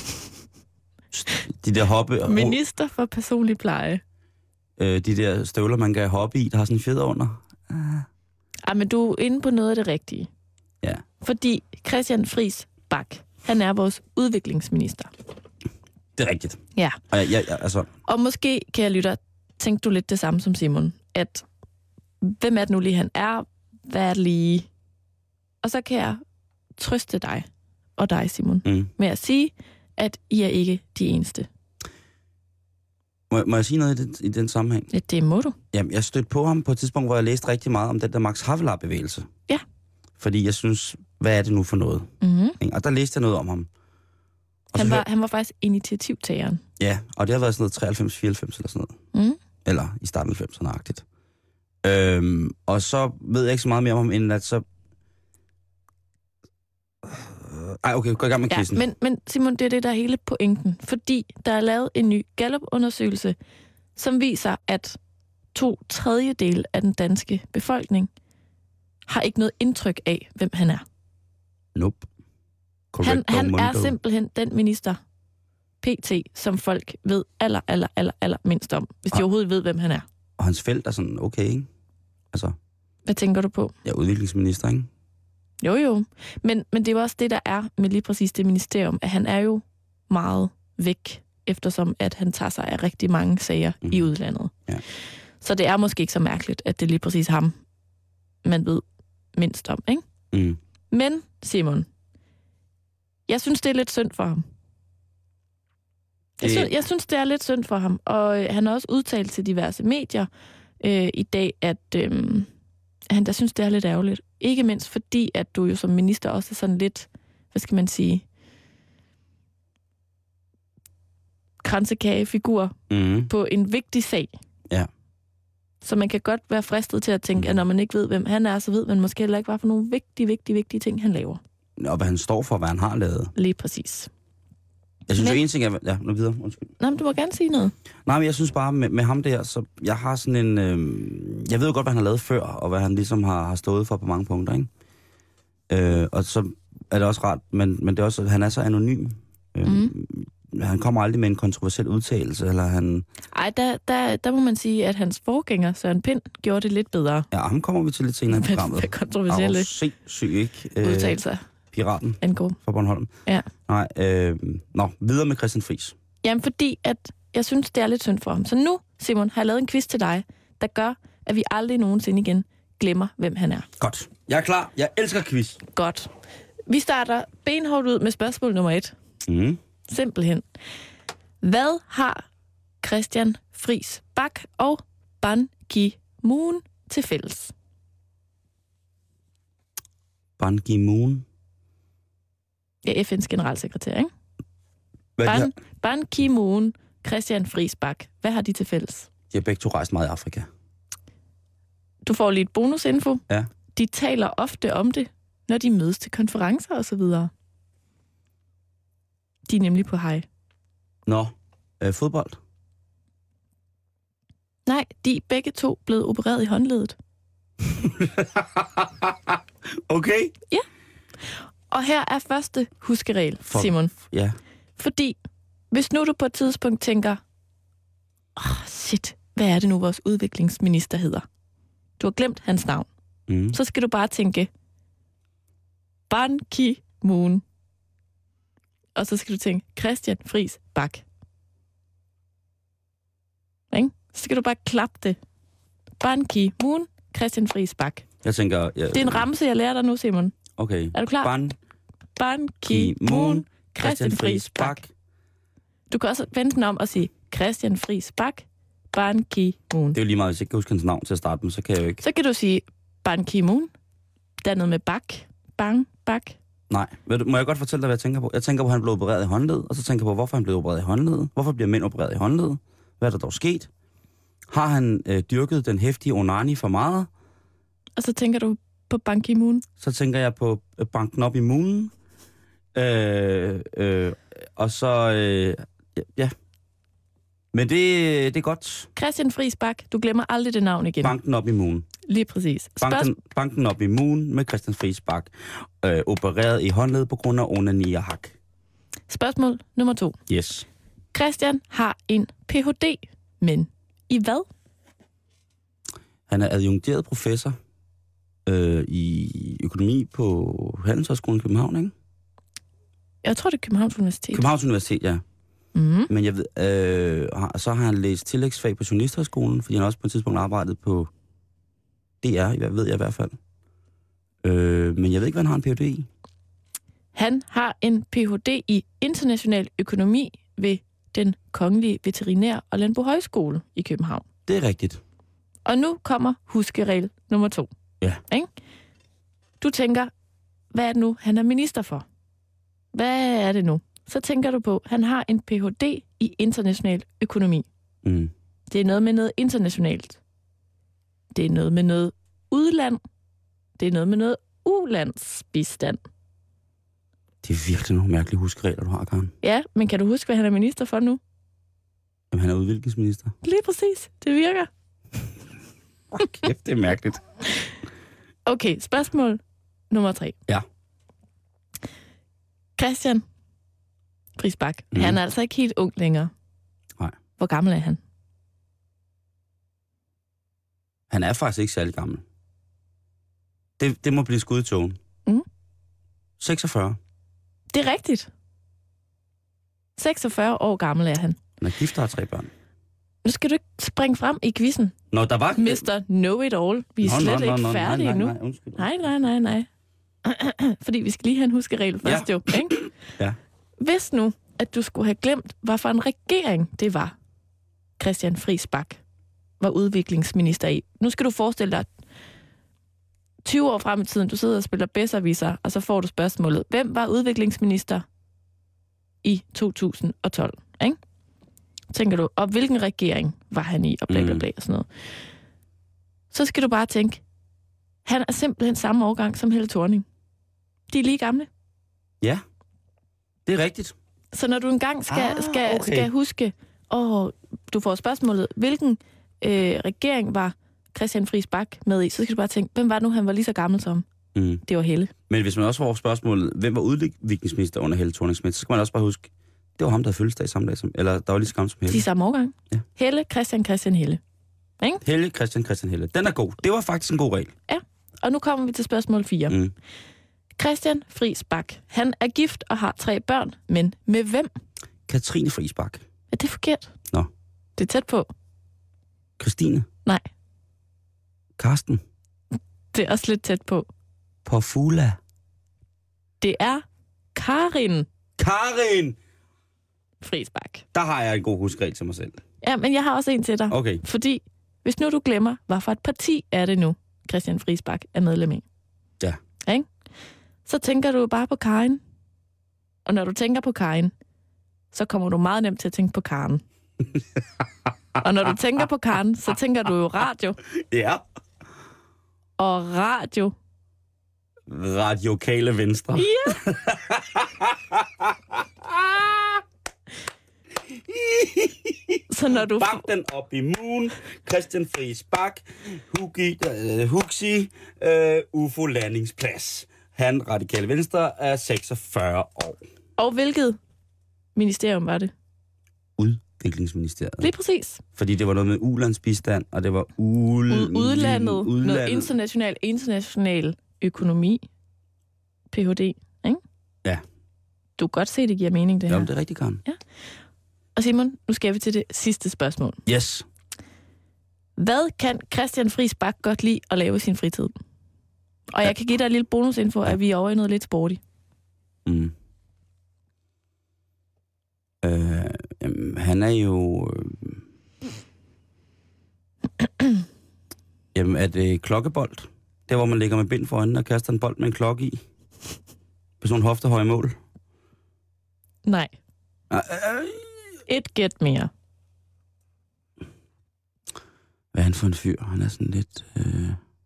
de der hoppe... Minister for personlig pleje. Øh, de der støvler, man kan hoppe i, der har sådan en fjeder under. Ah, men du er inde på noget af det rigtige. Ja. Fordi Christian Friis Bak, han er vores udviklingsminister. Det er rigtigt. Ja. Og jeg, jeg, jeg, altså, Og måske, kan jeg lytte, tænkte du lidt det samme som Simon, at hvem er det nu lige, han er? Hvad er det lige? Og så kan jeg trøste dig, og dig, Simon, mm. med at sige, at I er ikke de eneste. må, må jeg sige noget i den, i den sammenhæng? Ja, det må du. Jamen, jeg stødte på ham på et tidspunkt, hvor jeg læste rigtig meget om den der Max Havelaar-bevægelse. Ja. Fordi jeg synes, hvad er det nu for noget? Mm-hmm. Ikke? Og der læste jeg noget om ham. Og Han, så var, hør- han var faktisk initiativtageren. Ja, og det har været sådan noget treoghalvfems fireoghalvfems eller sådan noget. Mm. Eller i starten af halvfemserne-agtigt. Øhm, og så ved jeg ikke så meget mere om ham, end at så... Ej, okay, gå i gang med Ja, quizzen. men, men Simon, det er det, der er hele pointen. Fordi der er lavet en ny Gallup-undersøgelse, som viser, at to tredjedel af den danske befolkning har ikke noget indtryk af, hvem han er. Nope. Han, han er simpelthen den minister, P T, som folk ved aller, aller, aller, aller mindst om, hvis de og, overhovedet ved, hvem han er. Og hans felt er sådan okay, ikke? Altså... Hvad tænker du på? Ja, udviklingsminister, ikke? Jo, jo. Men, men det er jo også det, der er med lige præcis det ministerium, at han er jo meget væk, eftersom at han tager sig af rigtig mange sager mm. i udlandet. Ja. Så det er måske ikke så mærkeligt, at det er lige præcis ham, man ved mindst om, ikke? Mm. Men, Simon, jeg synes, det er lidt synd for ham. Jeg synes, jeg synes, det er lidt synd for ham, og øh, han har også udtalt til diverse medier øh, i dag, at øh, han der synes, det er lidt ærgerligt. Ikke mindst fordi, at du jo som minister også er sådan lidt, hvad skal man sige, kransekagefigur mm. på en vigtig sag. Ja. Så man kan godt være fristet til at tænke, at når man ikke ved, hvem han er, så ved man måske heller ikke, hvad for nogle vigtige, vigtige, vigtige ting, han laver. Og hvad han står for, hvad han har lavet. Lige præcis. Jeg synes men... jo en ting er... Ja, nu videre. Undskyld. Nej, men du må gerne sige noget. Nej, men jeg synes bare, med, med ham der, så jeg har sådan en... Øh, jeg ved jo godt, hvad han har lavet før, og hvad han ligesom har, har stået for på mange punkter, ikke? Øh, og så er det også rart, men, men det er også, han er så anonym. Øh, mm. Han kommer aldrig med en kontroversiel udtalelse, eller han... Ej, der, der, der må man sige, at hans forgænger, Søren Pind, gjorde det lidt bedre. Ja, ham kommer vi til lidt senere i programmet. Med kontroversielle sindssygt, ikke? Øh, udtalelser. Piraten Angå. fra Bornholm. Ja. Nej, øh, nå, videre med Christian Friis. Jamen, fordi at jeg synes, det er lidt synd for ham. Så nu, Simon, har jeg lavet en quiz til dig, der gør, at vi aldrig nogensinde igen glemmer, hvem han er. Godt. Jeg er klar. Jeg elsker quiz. Godt. Vi starter benhårdt ud med spørgsmål nummer et. Mm. Simpelthen. Hvad har Christian Friis Bach og Ban Ki-moon til fælles? Ban Ki-moon? Ja, F N's generalsekretær, ikke? Hvad Ban, de Ban Ki-moon, Christian Friis Bach. Hvad har de til fælles? De har begge to rejst meget i Afrika. Du får lige et bonusinfo. Ja. De taler ofte om det, når de mødes til konferencer og så videre. De er nemlig på hej. Nå, øh, fodbold? Nej, de er begge to blevet opereret i håndledet. Okay. Ja. Og her er første huskeregel, For, Simon. Ja. Fordi, hvis nu du på et tidspunkt tænker, åh, oh, shit, hvad er det nu, vores udviklingsminister hedder? Du har glemt hans navn. Mm. Så skal du bare tænke, Ban Ki-moon. Og så skal du tænke, Christian Friis Bach. Ikke? Så skal du bare klappe det. Ban Ki-moon, Christian Friis Bach. Jeg tænker... Jeg... Det er en ramse, jeg lærer dig nu, Simon. Okay. Er du klar? Ban, Ban Ki-moon, Christian Friis Bach. Du kan også vende den om og sige, Christian Friis Bach, Ban Ki-moon. Det er jo lige meget, hvis jeg ikke kan huske hans navn til at starte med, så kan jeg jo ikke... Så kan du sige, Ban Ki-moon, dannet med Bach, Bang, Bach. Nej. Ved du, må jeg godt fortælle dig, hvad jeg tænker på? Jeg tænker på, at han blev opereret i håndled, og så tænker jeg på, hvorfor han blev opereret i håndled. Hvorfor bliver mænd opereret i håndled? Hvad er der dog sket? Har han øh, dyrket den heftige onani for meget? Og så tænker du på Ban Ki-moon. Så tænker jeg på øh, banken op i moonen. Øh, øh, og så... Øh, ja, ja. Men det, det er godt. Christian Friis Bach, du glemmer aldrig det navn igen. Banken op i moonen. Lige præcis. Banken, banken op i moonen med Christian Friis Bach. Øh, opereret i håndled på grund af onani og hak. Spørgsmål nummer to. Yes. Christian har en P H D, men i hvad? Han er adjungeret professor øh, i økonomi på Handelshøjskolen i København, ikke? Jeg tror, det er Københavns Universitet. Københavns Universitet, ja. Mm-hmm. Men jeg ved, øh, så har han læst tillægsfag på Journalisthøjskolen, fordi han også på et tidspunkt arbejdet på D R, jeg ved jeg i hvert fald. Øh, men jeg ved ikke, hvad han har en P H D i. Han har en P H D i international økonomi ved den Kongelige Veterinær- og Landbohøjskole i København. Det er rigtigt. Og nu kommer huskeregel nummer to. Ja. Ikke? Du tænker, hvad er det nu, han er minister for? Hvad er det nu? Så tænker du på, han har en P H D i international økonomi. Mm. Det er noget med noget internationalt. Det er noget med noget udland. Det er noget med noget ulandsbistand. Det er virkelig nogle mærkelige huskeregler, du har, Karen. Ja, men kan du huske, hvad han er minister for nu? Jamen, han er udviklingsminister. Lige præcis. Det virker. Oh, kæft, det er mærkeligt. Okay, spørgsmål nummer tre. Ja. Christian Friis Bach, Mhm. mm. han er altså ikke helt ung længere. Nej. Hvor gammel er han? Han er faktisk ikke særlig gammel. Det, det må blive skud i togen. Mm. seksogfyrre. Det er rigtigt. seksogfyrre år gammel er han. Han er gift og har tre børn. Nu skal du ikke springe frem i quizzen, Nå, der var... mister Know-it-all. Vi er Nå, slet nå, nå, ikke nå, færdige nej, endnu. nej, nej, undskyld. Nej, nej, nej, nej. Fordi vi skal lige have en huskeregel først, Ja. jo. Ikke? Ja. Hvis nu, at du skulle have glemt, hvad for en regering det var, Christian Friis Bach var udviklingsminister i. Nu skal du forestille dig, tyve år frem i tiden, du sidder og spiller bedserviser, og så får du spørgsmålet, hvem var udviklingsminister i to tusind og tolv? Ikke? Tænker du, og hvilken regering var han i, og bla bla bla og sådan noget. Så skal du bare tænke, han er simpelthen samme årgang som Helle Thorning. De er lige gamle. Ja, det er rigtigt. Så når du engang skal, Ah, skal, okay. skal huske, og du får spørgsmålet, hvilken øh, regering var Christian Friis Bach med i, så skal du bare tænke, hvem var det nu, han var lige så gammel som? Mm. Det var Helle. Men hvis man også får spørgsmålet, hvem var udviklingsminister under Helle Thorning-Schmidt, så skal man også bare huske, det var ham, der havde fødselsdag samme dag som... Eller der var lige så gammel som Helle. De er samme årgang. Ja. Helle, Christian, Christian, Helle. Ikke? Helle, Christian, Christian, Helle. Den er god. Det var faktisk en god regel. Ja, og nu kommer vi til spørgsmål fire. Mm. Christian Friis Bach, han er gift og har tre børn, men med hvem? Katrine Friis Bach. Er det forkert? Nå. Det er tæt på. Christine. Nej, Karsten. det er også lidt tæt på. Porfula. Det er Karin Karin! Friis Bach. Der har jeg en god huskeregel til mig selv. Ja, men jeg har også en til dig. Okay. Fordi hvis nu du glemmer, hvad for et parti er det nu, Christian Friis Bach er medlem i. Ja. Ikke? Så tænker du bare på Karin. Og når du tænker på Karin, så kommer du meget nemt til at tænke på Karen. Og når du tænker på Karen, så tænker du jo radio. Ja. Og radio. Radiokale Venstre. Ja. Så når du... Bak den op i moon. Christian Friis Bach. Hugi, uh, Huxi. Uh, U F O-landingsplads. Han, Radikale Venstre, er seksogfyrre år. Og hvilket ministerium var det? Udviklingsministeriet. Lige præcis. Fordi det var noget med ulandsbistand, og det var ul... Ud, udlandet, udlandet. noget international, international økonomi. P H D, ikke? Ja. Du kan godt se, det giver mening, det her. Jamen, det er rigtig, Karen. Og Simon, nu skal vi til det sidste spørgsmål. Yes. Hvad kan Christian Friis Bach godt lide at lave i sin fritid? Og jeg kan give dig en lille bonusinfo, at vi er over i noget lidt sporty. Mm. Øh, jamen, han er jo... Øh, jamen, er det klokkebold? Der, hvor man ligger med bind for øjnene og kaster en bold med en klokke i? På sådan en hoftehøje mål? Nej. Øh, øh, Et gæt mere. hvad er han for en fyr? Han er sådan lidt... Øh...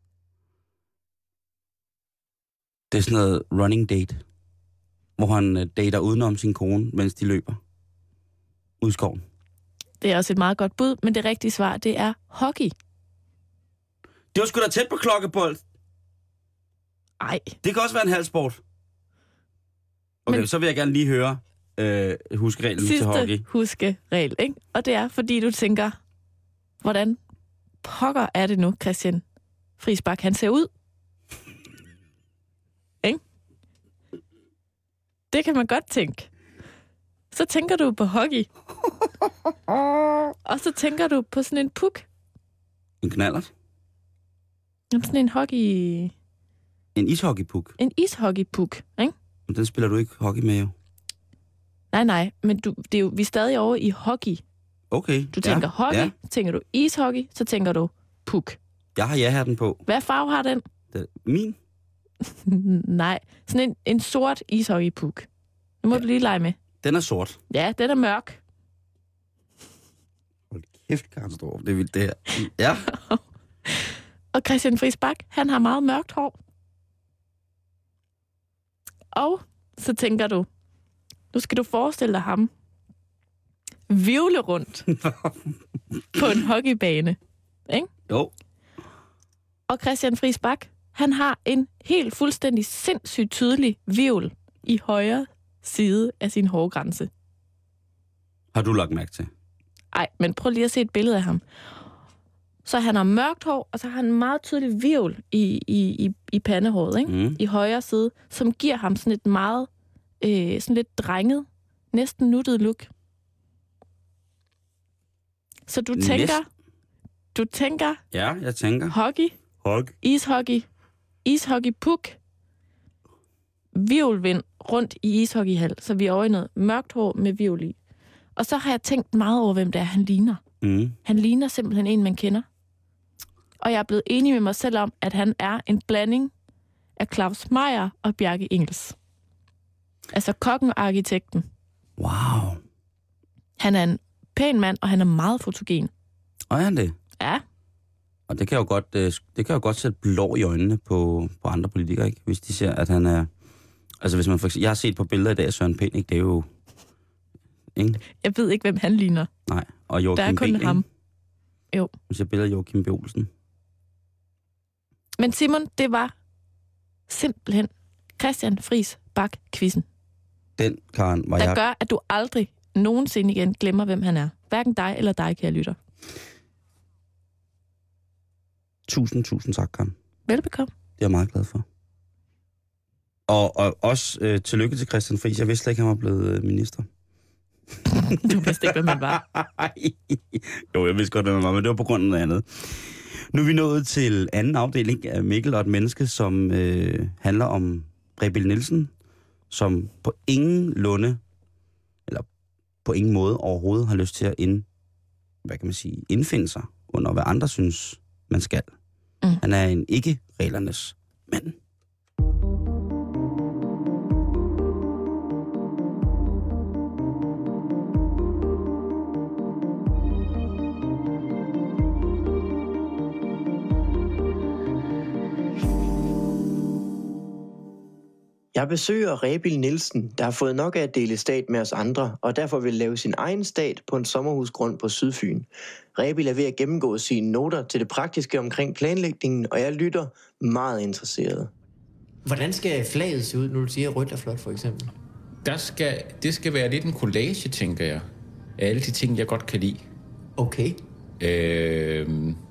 Det er sådan noget running date, hvor han øh, dater udenom sin kone, mens de løber ud i skoven. Det er også et meget godt bud, men det rigtige svar, det er hockey. Det var sgu da tæt på klokkebold. Ej, Det kan også være en halvsport. Okay, Men- så vil jeg gerne lige høre øh, huskereglen til hockey. sidste huskeregel, ikke? Og det er, fordi du tænker, hvordan pokker er det nu, Christian Friis Bach, han ser ud? Ikke? Det kan man godt tænke. Så tænker du på hockey. Og så tænker du på sådan en puk. En knallert. Jamen, sådan en hockey... En ishockeypuk. En ishockeypuk, ikke? Men den spiller du ikke hockey med, jo. Nej, nej, men du, det er jo, vi er stadig over i hockey. Okay. Du tænker ja, hockey, Ja. så tænker du ishockey, så tænker du puk. Jeg har ja-hatten på. Hvad farve har den? Det, min? Nej, sådan en, en sort ishockeypuk. Nu må ja. du lige lege med. Den er sort. Ja, den er mørk. Hold kæft, Karlsdorf. Det er vildt, det her. Ja. Og Christian Friis Bach, han har meget mørkt hår. Og så tænker du, nu skal du forestille dig ham virvle rundt på en hockeybane. Ikke? Jo. Og Christian Friis Bach han har en helt fuldstændig sindssygt tydelig hvirvel i højre side af sin hårgrænse. Har du lagt mærke til? Ej, men prøv lige at se et billede af ham. Så han har mørkt hår, og så har han en meget tydelig hvirvel i, i, i, i pandehåret, ikke? Mm. I højre side, som giver ham sådan et meget, øh, sådan lidt drenget, næsten nuttet look. Så du tænker, Næst... du tænker Ja, jeg tænker. hockey, Hog. ishockey, ishockey-puk, hvirvelvind rundt i ishockeyhal, så vi er over i noget mørkt hår med hvirvel i. Og så har jeg tænkt meget over, hvem det er, han ligner. Mm. Han ligner simpelthen en, man kender. Og jeg er blevet enig med mig selv om, at han er en blanding af Claus Meyer og Bjarke Ingels. Altså kokken og arkitekten. Wow. Han er en pæn mand, og han er meget fotogen. Og er han det? Ja. Og det kan jo godt, det kan jo godt sætte blå i øjnene på, på andre politikere, ikke? Hvis de ser, at han er... Altså hvis man for eksempel... Jeg har set på billeder i dag af Søren Pind, ikke? Det er jo... Ikke? Jeg ved ikke, hvem han ligner. Nej, og Joachim Der er kun B, ham. Ikke? Jo. Man ser billeder af Joachim B. Olsen. Men Simon, det var simpelthen Christian Friis Bak-quizzen, Den, Karen, var der jeg... gør, at du aldrig nogensinde igen glemmer, hvem han er. Hverken dig eller dig, kære lytter. Tusind, tusind tak, Karen. Velbekomme. Det er jeg meget glad for. Og, og også øh, tillykke til Christian Friis. Jeg vidste slet ikke, han var blevet øh, minister. Du vidste ikke, hvad man var. Jo, jeg vidste godt, hvad man var, men det var på grund af noget andet. Nu er vi nået til anden afdeling af Mikkel og et menneske, som øh, handler om Rebel Nielsen, som på ingen lunde, eller på ingen måde overhovedet har lyst til at ind, hvad kan man sige, indfinde sig under, hvad andre synes, man skal. Mm. Han er en ikke-reglernes mand. Jeg besøger Rebel Nielsen, der har fået nok af at dele stat med os andre, og derfor vil lave sin egen stat på en sommerhusgrund på Sydfyn. Rebel er ved at gennemgå sine noter til det praktiske omkring planlægningen, og jeg lytter meget interesseret. Hvordan skal flaget se ud, når du siger rødt og flot, for eksempel? Der skal, det skal være lidt en collage, tænker jeg, af alle de ting, jeg godt kan lide. Okay. Øh,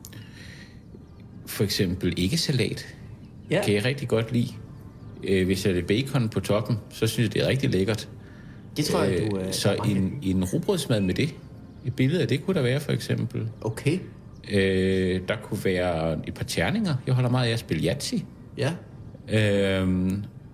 for eksempel ikke salat. Ja. Kan jeg rigtig godt lide. Hvis jeg er bacon på toppen, så synes jeg, det er rigtig lækkert. Det tror jeg, du... Øh, er så en, en rugbrødsmad med det. Et billede af det kunne der være, for eksempel. Okay. Øh, der kunne være et par terninger. Jeg holder meget af at spille Yahtzee. Ja. Øh,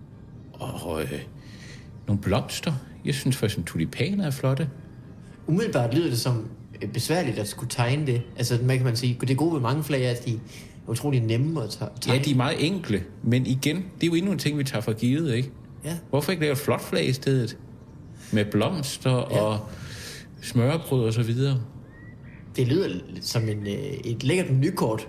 og øh, nogle blomster. Jeg synes for eksempel, tulipaner er flotte. Umiddelbart lyder det som besværligt at skulle tegne det. Altså, hvad kan man sige? Det gode ved mange flag er, at de er utrolig nemme at tegne. Ja, de er meget enkle. Men igen, det er jo endnu en ting, vi tager for givet, ikke? Ja. Hvorfor ikke lave et flot flag i stedet? Med blomster ja. og smørrebrød og så videre. Det lyder som en, et lækkert menukort.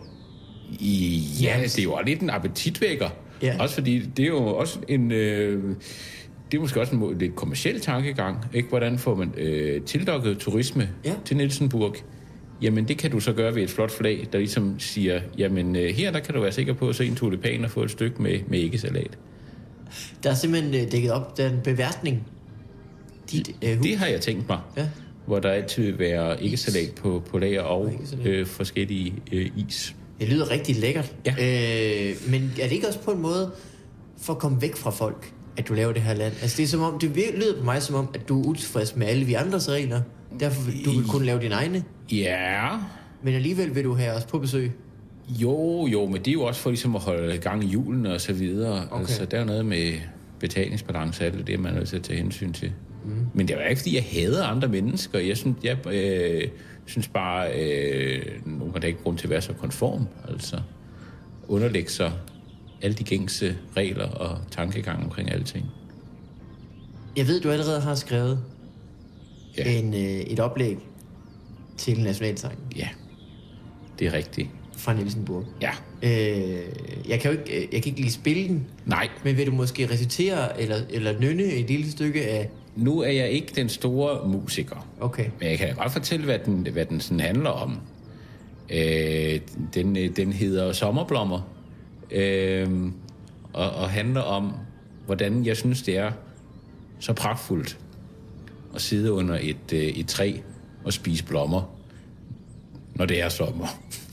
Ja, det er jo lidt en appetitvækker. Ja. Også fordi det er jo også en... Øh, det er måske også en lidt kommerciel tankegang, ikke? Hvordan får man øh, tildokket turisme ja. til Nielsenburg? Jamen, det kan du så gøre ved et flot flag, der ligesom siger, jamen, øh, her der kan du være sikker på at se en tulipan og få et stykke med, med æggesalat. Der er simpelthen øh, dækket op, der er en beværtning. Dit, øh, hus. Det har jeg tænkt mig. Ja. Hvor der altid vil være æggesalat på, på lager og øh, forskellige øh, is. Det lyder rigtig lækkert. Ja. Øh, men er det ikke også på en måde for at komme væk fra folk, at du laver det her land? Altså det er som om, det lyder på mig som om, at du er utilfreds med alle vi andres regler. Derfor vil du vil kun lave dine egne. Ja. Men alligevel vil du have os på besøg. Jo, jo, men det er jo også for ligesom at holde gang i julen og så videre. Okay. Altså der er noget med betalingsbalance og alt det, man er nødt til at tage hensyn til. Mm. Men det er jo ikke, fordi jeg hader andre mennesker. Jeg synes, jeg, øh, synes bare, øh, nogen har da ikke grund til at være så konform. Altså underlægge sig alle de gængse regler og tankegang omkring alle ting. Jeg ved, du allerede har skrevet ja. en, øh, et oplæg til nationalsangen. Ja, det er rigtigt. Fra Nielsenburg. Ja. Øh, jeg, kan jo ikke, jeg kan ikke lige spille den. Nej. Men vil du måske recitere eller, eller nynne et lille stykke af... Nu er jeg ikke den store musiker. Okay. Men jeg kan godt fortælle, hvad den, hvad den sådan handler om. Øh, den, den hedder Sommerblommer. øh, og, og handler om, hvordan jeg synes, det er så pragtfuldt at sidde under et, øh, et træ og spise blommer, når det er sommer.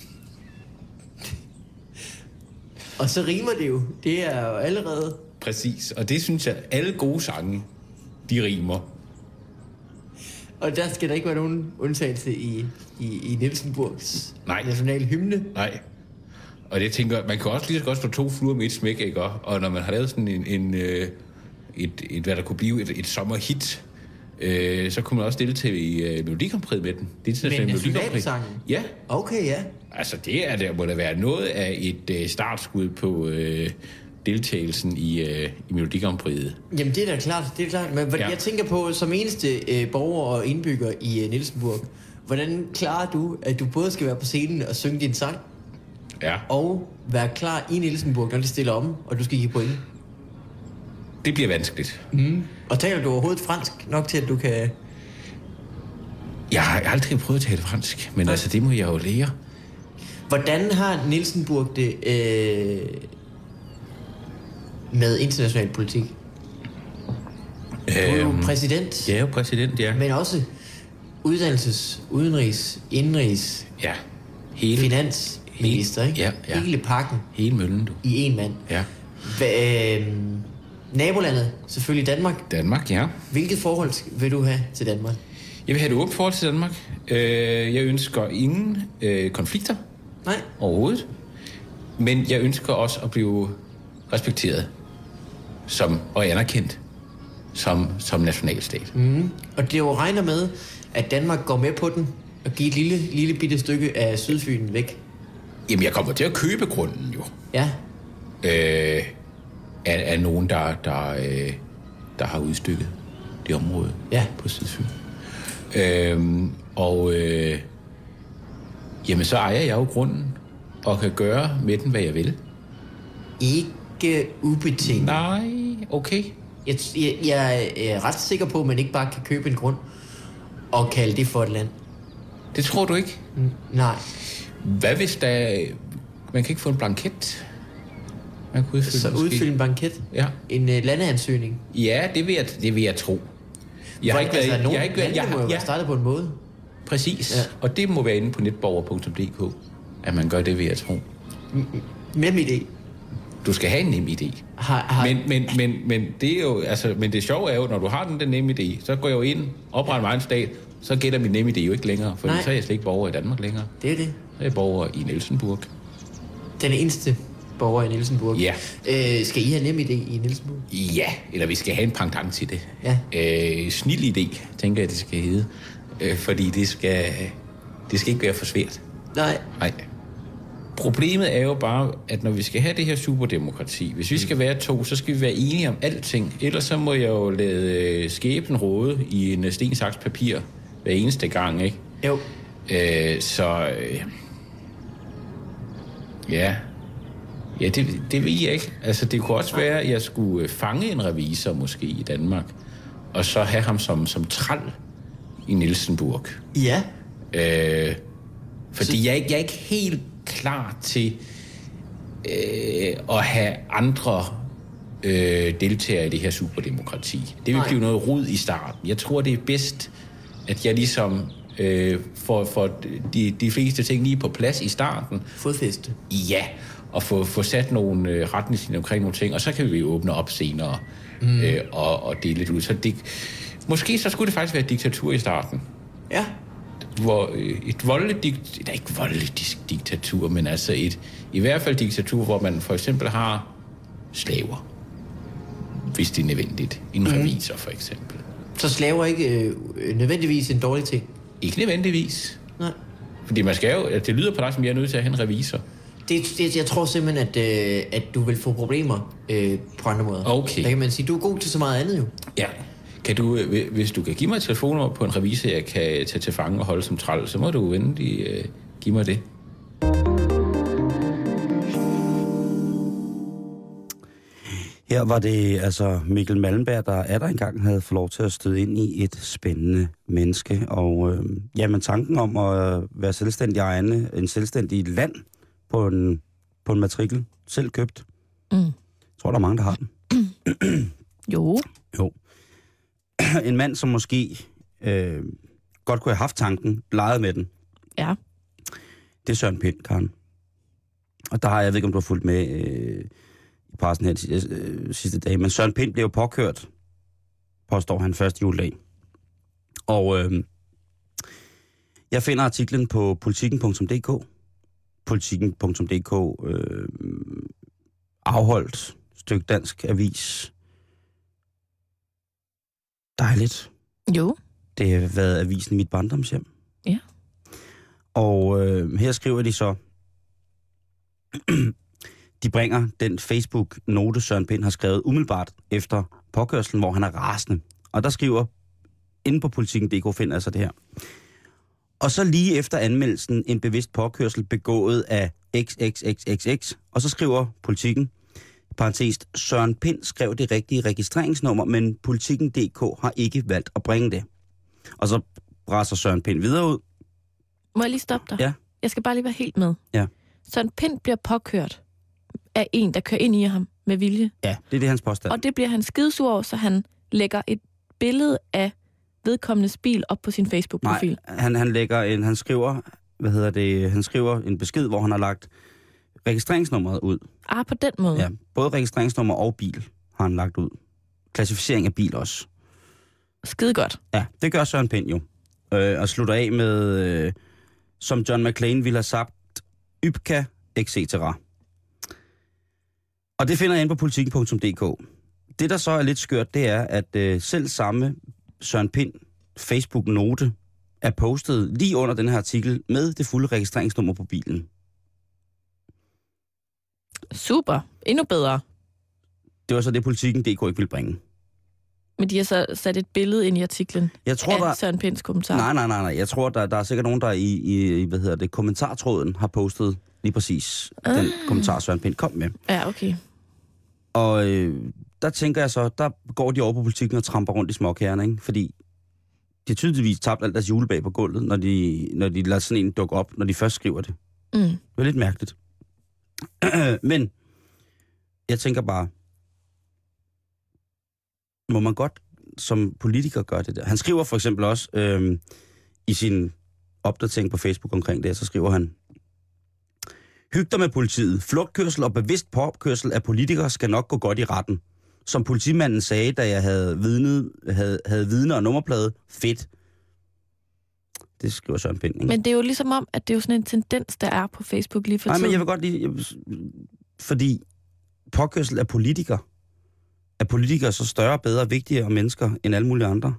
Og så rimer det jo. Det er jo allerede... Præcis, og det synes jeg, at alle gode sange, de rimer. Og der skal der ikke være nogen undtagelse i, i, i Nielsenburgs Nej. nationale hymne. Nej. Og det tænker man kan også lige så godt slå to fluer med et smæk, ikke? Og når man har lavet sådan en, en øh, et, et, hvad der kunne blive et, et sommerhit, øh, så kunne man også deltage i øh, Melodi Grand Prix med den. Det er Men nationalsangen? Ja. Okay, ja. Altså det er der må der være noget af et øh, startskud på øh, deltagelsen i, øh, i Melodi Grand Prix. Jamen det er da klart, det er klart. Men ja. Jeg tænker på, som eneste øh, borger og indbygger i øh, Nielsenburg, hvordan klarer du, at du både skal være på scenen og synge din sang, ja. og være klar i Nielsenburg, når det stiller om, og du skal give point? Det bliver vanskeligt. Mm. Og taler du overhovedet fransk nok til, at du kan... Jeg har aldrig prøvet at tale fransk, men ja. altså det må jeg jo lære. Hvordan har Nielsenburg det øh, med international politik? Du er jo præsident. Jeg er jo præsident, ja. Men også uddannelses, udenrigs, indrigs, ja. Hele, finansminister, ikke? Ja, ja. Hele pakken. Hele møllen, du. I en mand. Ja. Hva, øh, nabolandet, selvfølgelig Danmark. Danmark, ja. Hvilket forhold vil du have til Danmark? Jeg vil have et åbent forhold til Danmark. Jeg ønsker ingen øh, konflikter. Nej. Overhovedet. Men jeg ønsker også at blive respekteret som, og anerkendt som, som nationalstat. Mm. Og det jo regner med, at Danmark går med på den og giver et lille, lille bitte stykke af Sydfyn væk. Jamen, jeg kommer til at købe grunden jo. Ja. Øh, af, af nogen, der, der, øh, der har udstykket det område ja. på Sydfyn. Øh, og øh, jamen, så ejer jeg jo grunden og kan gøre med den, hvad jeg vil. Ikke ubetinget. Nej, okay. Jeg, jeg, jeg er ret sikker på, at man ikke bare kan købe en grund og kalde det for et land. Det tror du ikke? N- nej. Hvad hvis der... Man kan ikke få en blanket? Man kan udfylde Så udfylde en blanket? Ja. En uh, landeansøgning? Ja, det vil jeg, det vil jeg tro. Jeg har ikke altså, været... Nogen jeg har ikke været, jeg må jo ja. være startet på en måde. Præcis. Ja. Og det må være inde på netborger punktum d k, at man gør det, vil jeg tro. Nem idé. Du skal have en nem idé. Har, har... Men, men, men, men, det er jo, altså, men det sjove er jo, når du har den der nemme idé, så går jeg jo ind, opretter mig en stat, så gætter min nemme idé jo ikke længere, for så er jeg slet ikke borger i Danmark længere. Det er det. Så er jeg borger i Nielsenburg. Den eneste borger i Nielsenburg. Ja. Øh, skal I have nem idé i Nielsenburg? Ja, eller vi skal have en pendant til det. Ja. Øh, snil idé, tænker jeg, det skal hedde. Øh, fordi det skal, det skal ikke være for svært. Nej. Nej. Problemet er jo bare, at når vi skal have det her superdemokrati, hvis vi skal være to, så skal vi være enige om alting. Ellers så må jeg jo lade skæbnen råde i en sten, saks, papir hver eneste gang, ikke? Jo. Øh, så... Øh, ja... Ja, det, det ved jeg ikke. Altså, det kunne også være, at jeg skulle fange en revisor måske i Danmark, og så have ham som, som træl i Nielsenburg. Ja. Øh, fordi så... jeg, er ikke, jeg er ikke helt klar til øh, at have andre øh, deltagere i det her superdemokrati. Det vil Nej. blive noget rod i starten. Jeg tror, det er bedst, at jeg ligesom øh, får, får de, de fleste ting lige på plads i starten. Fodfæste. Ja, og få, få sat nogle øh, retningslinjer omkring nogle ting, og så kan vi åbne op senere mm. øh, og, og dele det ud. Så det, måske så skulle det faktisk være et diktatur i starten. Ja. Hvor øh, et voldeligt diktatur, der er ikke voldeligt diktatur, men altså et, i hvert fald diktatur, hvor man for eksempel har slaver, hvis det er nødvendigt. En mm. revisor for eksempel. Så slaver ikke øh, nødvendigvis en dårlig ting? Ikke nødvendigvis. Nej. Fordi man skal jo, det lyder på dig, som jeg er nødt til at have en revisor. Det, det, jeg tror simpelthen, at, øh, at du vil få problemer øh, på andre måder. Okay. Der kan man sige, du er god til så meget andet jo. Ja. Kan du, hvis du kan give mig et telefonnummer på en revisor, jeg kan tage til fange og holde som træl, så må du endelig øh, give mig det. Her var det altså Mikkel Malmberg, der er der engang havde fået lov til at støde ind i et spændende menneske. Og øh, jamen, tanken om at være selvstændig egne, en selvstændig land på en, på en matrikel, selv købt. Mm. Jeg tror, der er mange, der har den. Jo. Jo. En mand, som måske øh, godt kunne have haft tanken, leget med den. Ja. Det er Søren Pind, Karen. Og der har jeg, jeg ved ikke, om du har fulgt med øh, i pressen her de øh, sidste dage, men Søren Pind blev jo påkørt, påstår han, første juledag. Og øh, jeg finder artiklen på politikken punktum d k. politikken punktum d k øh, afholdt stykke dansk avis. Dejligt. Jo. Det har været avisen i mit barndomshjem. Ja. Og øh, her skriver de så, de bringer den Facebook-note, Søren Pind har skrevet umiddelbart efter påkørslen, hvor han er rasende. Og der skriver, inde på politikken punktum d k finder altså det her. Og så lige efter anmeldelsen, en bevidst påkørsel begået af X X X X X. Og så skriver politikken, parentes, Søren Pind skrev det rigtige registreringsnummer, men politikken punktum d k har ikke valgt at bringe det. Og så brænder Søren Pind videre ud. Må jeg lige stoppe dig? Ja. Jeg skal bare lige være helt med. Ja. Søren Pind bliver påkørt af en, der kører ind i ham med vilje. Ja, det er det, hans påstand. Og det bliver han skidesur over, så han lægger et billede af vedkommendes bil op på sin Facebook-profil. Nej, han, han lægger en, han skriver, hvad hedder det, han skriver en besked, hvor han har lagt registreringsnummeret ud. Ah, på den måde. Ja, både registreringsnummer og bil har han lagt ud. Klassificering af bil også. Skide godt. Ja, det gør Søren Pind jo. Øh, og slutter af med, øh, som John McClane ville have sagt, Ybka, et cetera. Og det finder jeg inde på politikken punktum d k. Det, der så er lidt skørt, det er, at øh, selv samme Søren Pind Facebook-note er postet lige under den her artikel med det fulde registreringsnummer på bilen. Super. Endnu bedre. Det var så det, politikken punktum d k ikke ville bringe. Men de har så sat et billede ind i artiklen Jeg tror, af der... Søren Pinds kommentar. Nej, nej, nej, nej. Jeg tror, der, der er sikkert nogen, der i, i hvad hedder det, kommentartråden har postet lige præcis ah. den kommentar, Søren Pind kom med. Ja, okay. Og øh, der tænker jeg så, der går de over på politikken og tramper rundt i småkærne, ikke? Fordi de har tydeligvis tabt alt deres julebag på gulvet, når de, når de lader sådan en dukke op, når de først skriver det. Mm. Det er lidt mærkeligt. Men jeg tænker bare, må man godt som politiker gøre det der? Han skriver for eksempel også øh, i sin opdatering på Facebook omkring det, så skriver han, hyg dig med politiet. Flugtkørsel og bevidst påkørsel af politikere skal nok gå godt i retten. Som politimanden sagde, da jeg havde vidnet, havde, havde vidner og nummerplade, fedt. Det skriver Søren Pind, ikke? Men det er jo ligesom om, at det er jo sådan en tendens, der er på Facebook lige for Nej, tiden. men jeg vil godt lige... Jeg, fordi påkørsel af politikere, er politikere så større, bedre, vigtigere mennesker end alle mulige andre?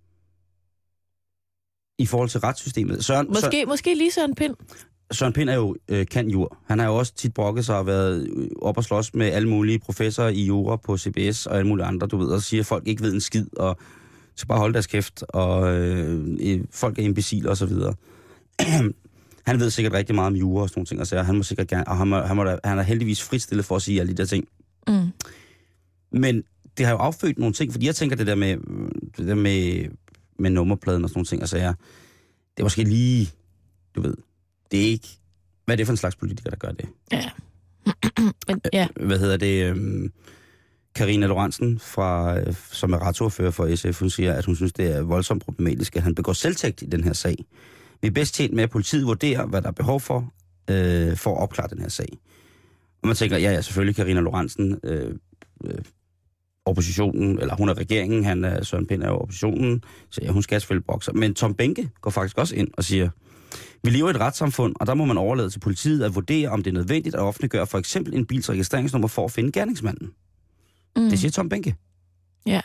I forhold til retssystemet. Søren, Måske, Søren, måske lige Søren Pind. Søren Pind er jo øh, kan jur. Han har jo også tit brokket sig og været op og slås med alle mulige professorer i jura på C B S og alle mulige andre, du ved, og siger, at folk ikke ved en skid, og skal bare holde deres kæft, og øh, folk er imbeciler og så videre. Han ved sikkert rigtig meget om jura og sådan nogle ting, og så han må sikkert gerne, og han, må, han, må da, han er heldigvis fritstillet for at sige alle de der ting. Mm. Men det har jo affødt nogle ting, fordi jeg tænker det der med, det der med, med nummerpladen og sådan nogle ting, og så er det er måske lige, du ved, det er ikke, hvad er det for en slags politiker, der gør det? Ja. Men, ja. Hvad hedder det? Um, Karina Lorentzen, fra, som er retsordfører for S F, hun siger, at hun synes, det er voldsomt problematisk, at han begår selvtægt i den her sag. Vi er bedst tjent med, at politiet vurderer, hvad der er behov for, øh, for at opklare den her sag. Og man tænker, ja, ja, selvfølgelig Karina Lorentzen, øh, øh, oppositionen, eller hun er regeringen, han er, Søren Pind er oppositionen, så ja, hun skal selvfølgelig bokse. Men Tom Behnke går faktisk også ind og siger, vi lever i et retssamfund, og der må man overlade til politiet at vurdere, om det er nødvendigt at offentliggøre for eksempel en bils registreringsnummer for at finde gerningsmanden. Mm. Det siger Tom Behnke. Ja.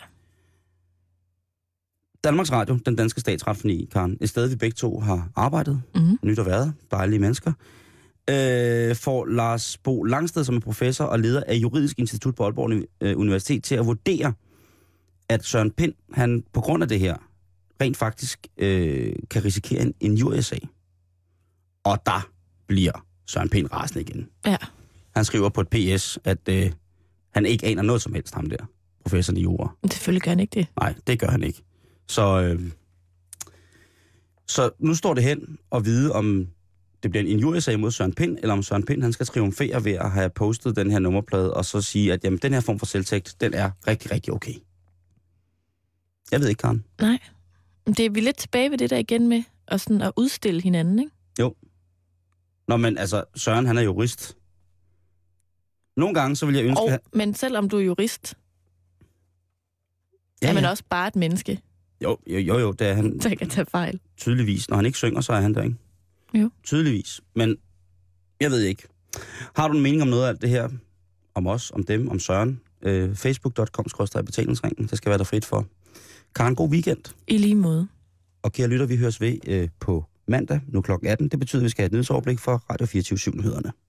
Danmarks Radio, den danske statsretsfoni, Karen, et sted, vi begge to har arbejdet, mm. nyt og været, dejlige mennesker, øh, får Lars Bo Langsted, som er professor og leder af Juridisk Institut på Aalborg Universitet, til at vurdere, at Søren Pind, han på grund af det her, rent faktisk øh, kan risikere en injuriesag. Og der bliver Søren Pind rasende igen. Ja. Han skriver på et P S, at øh, han ikke aner noget som helst, ham der, professoren i jura. Selvfølgelig gør han ikke det. Nej, det gør han ikke. Så, øh, så nu står det hen og vide, om det bliver en injuriesag mod Søren Pind, eller om Søren Pind han skal triumfere ved at have postet den her nummerplade, og så sige, at jamen, den her form for selvtægt, den er rigtig, rigtig okay. Jeg ved ikke, Karen. Nej. Det er vi lidt tilbage ved det der igen med at, sådan at udstille hinanden, ikke? Jo. Nå, men altså, Søren, han er jurist. Nogle gange, så vil jeg ønske... Og, at... men selvom du er jurist, ja, er man ja. også bare et menneske, Jo, jo, jo, jo, det er han der kan tage fejl. tydeligvis. Når han ikke synger, så er han der, ikke? Jo. Tydeligvis. Men jeg ved ikke. Har du en mening om noget af alt det her? Om os, om dem, om Søren? Øh, facebook punktum com skråstreg betalingsringen. Det skal være der frit for. Karen, god weekend. I lige måde. Og kære lytter, vi høres ved øh, på mandag, nu klokken atten. Det betyder, at vi skal have et nyhedsoverblik for Radio fireogtyve syv-nyhederne.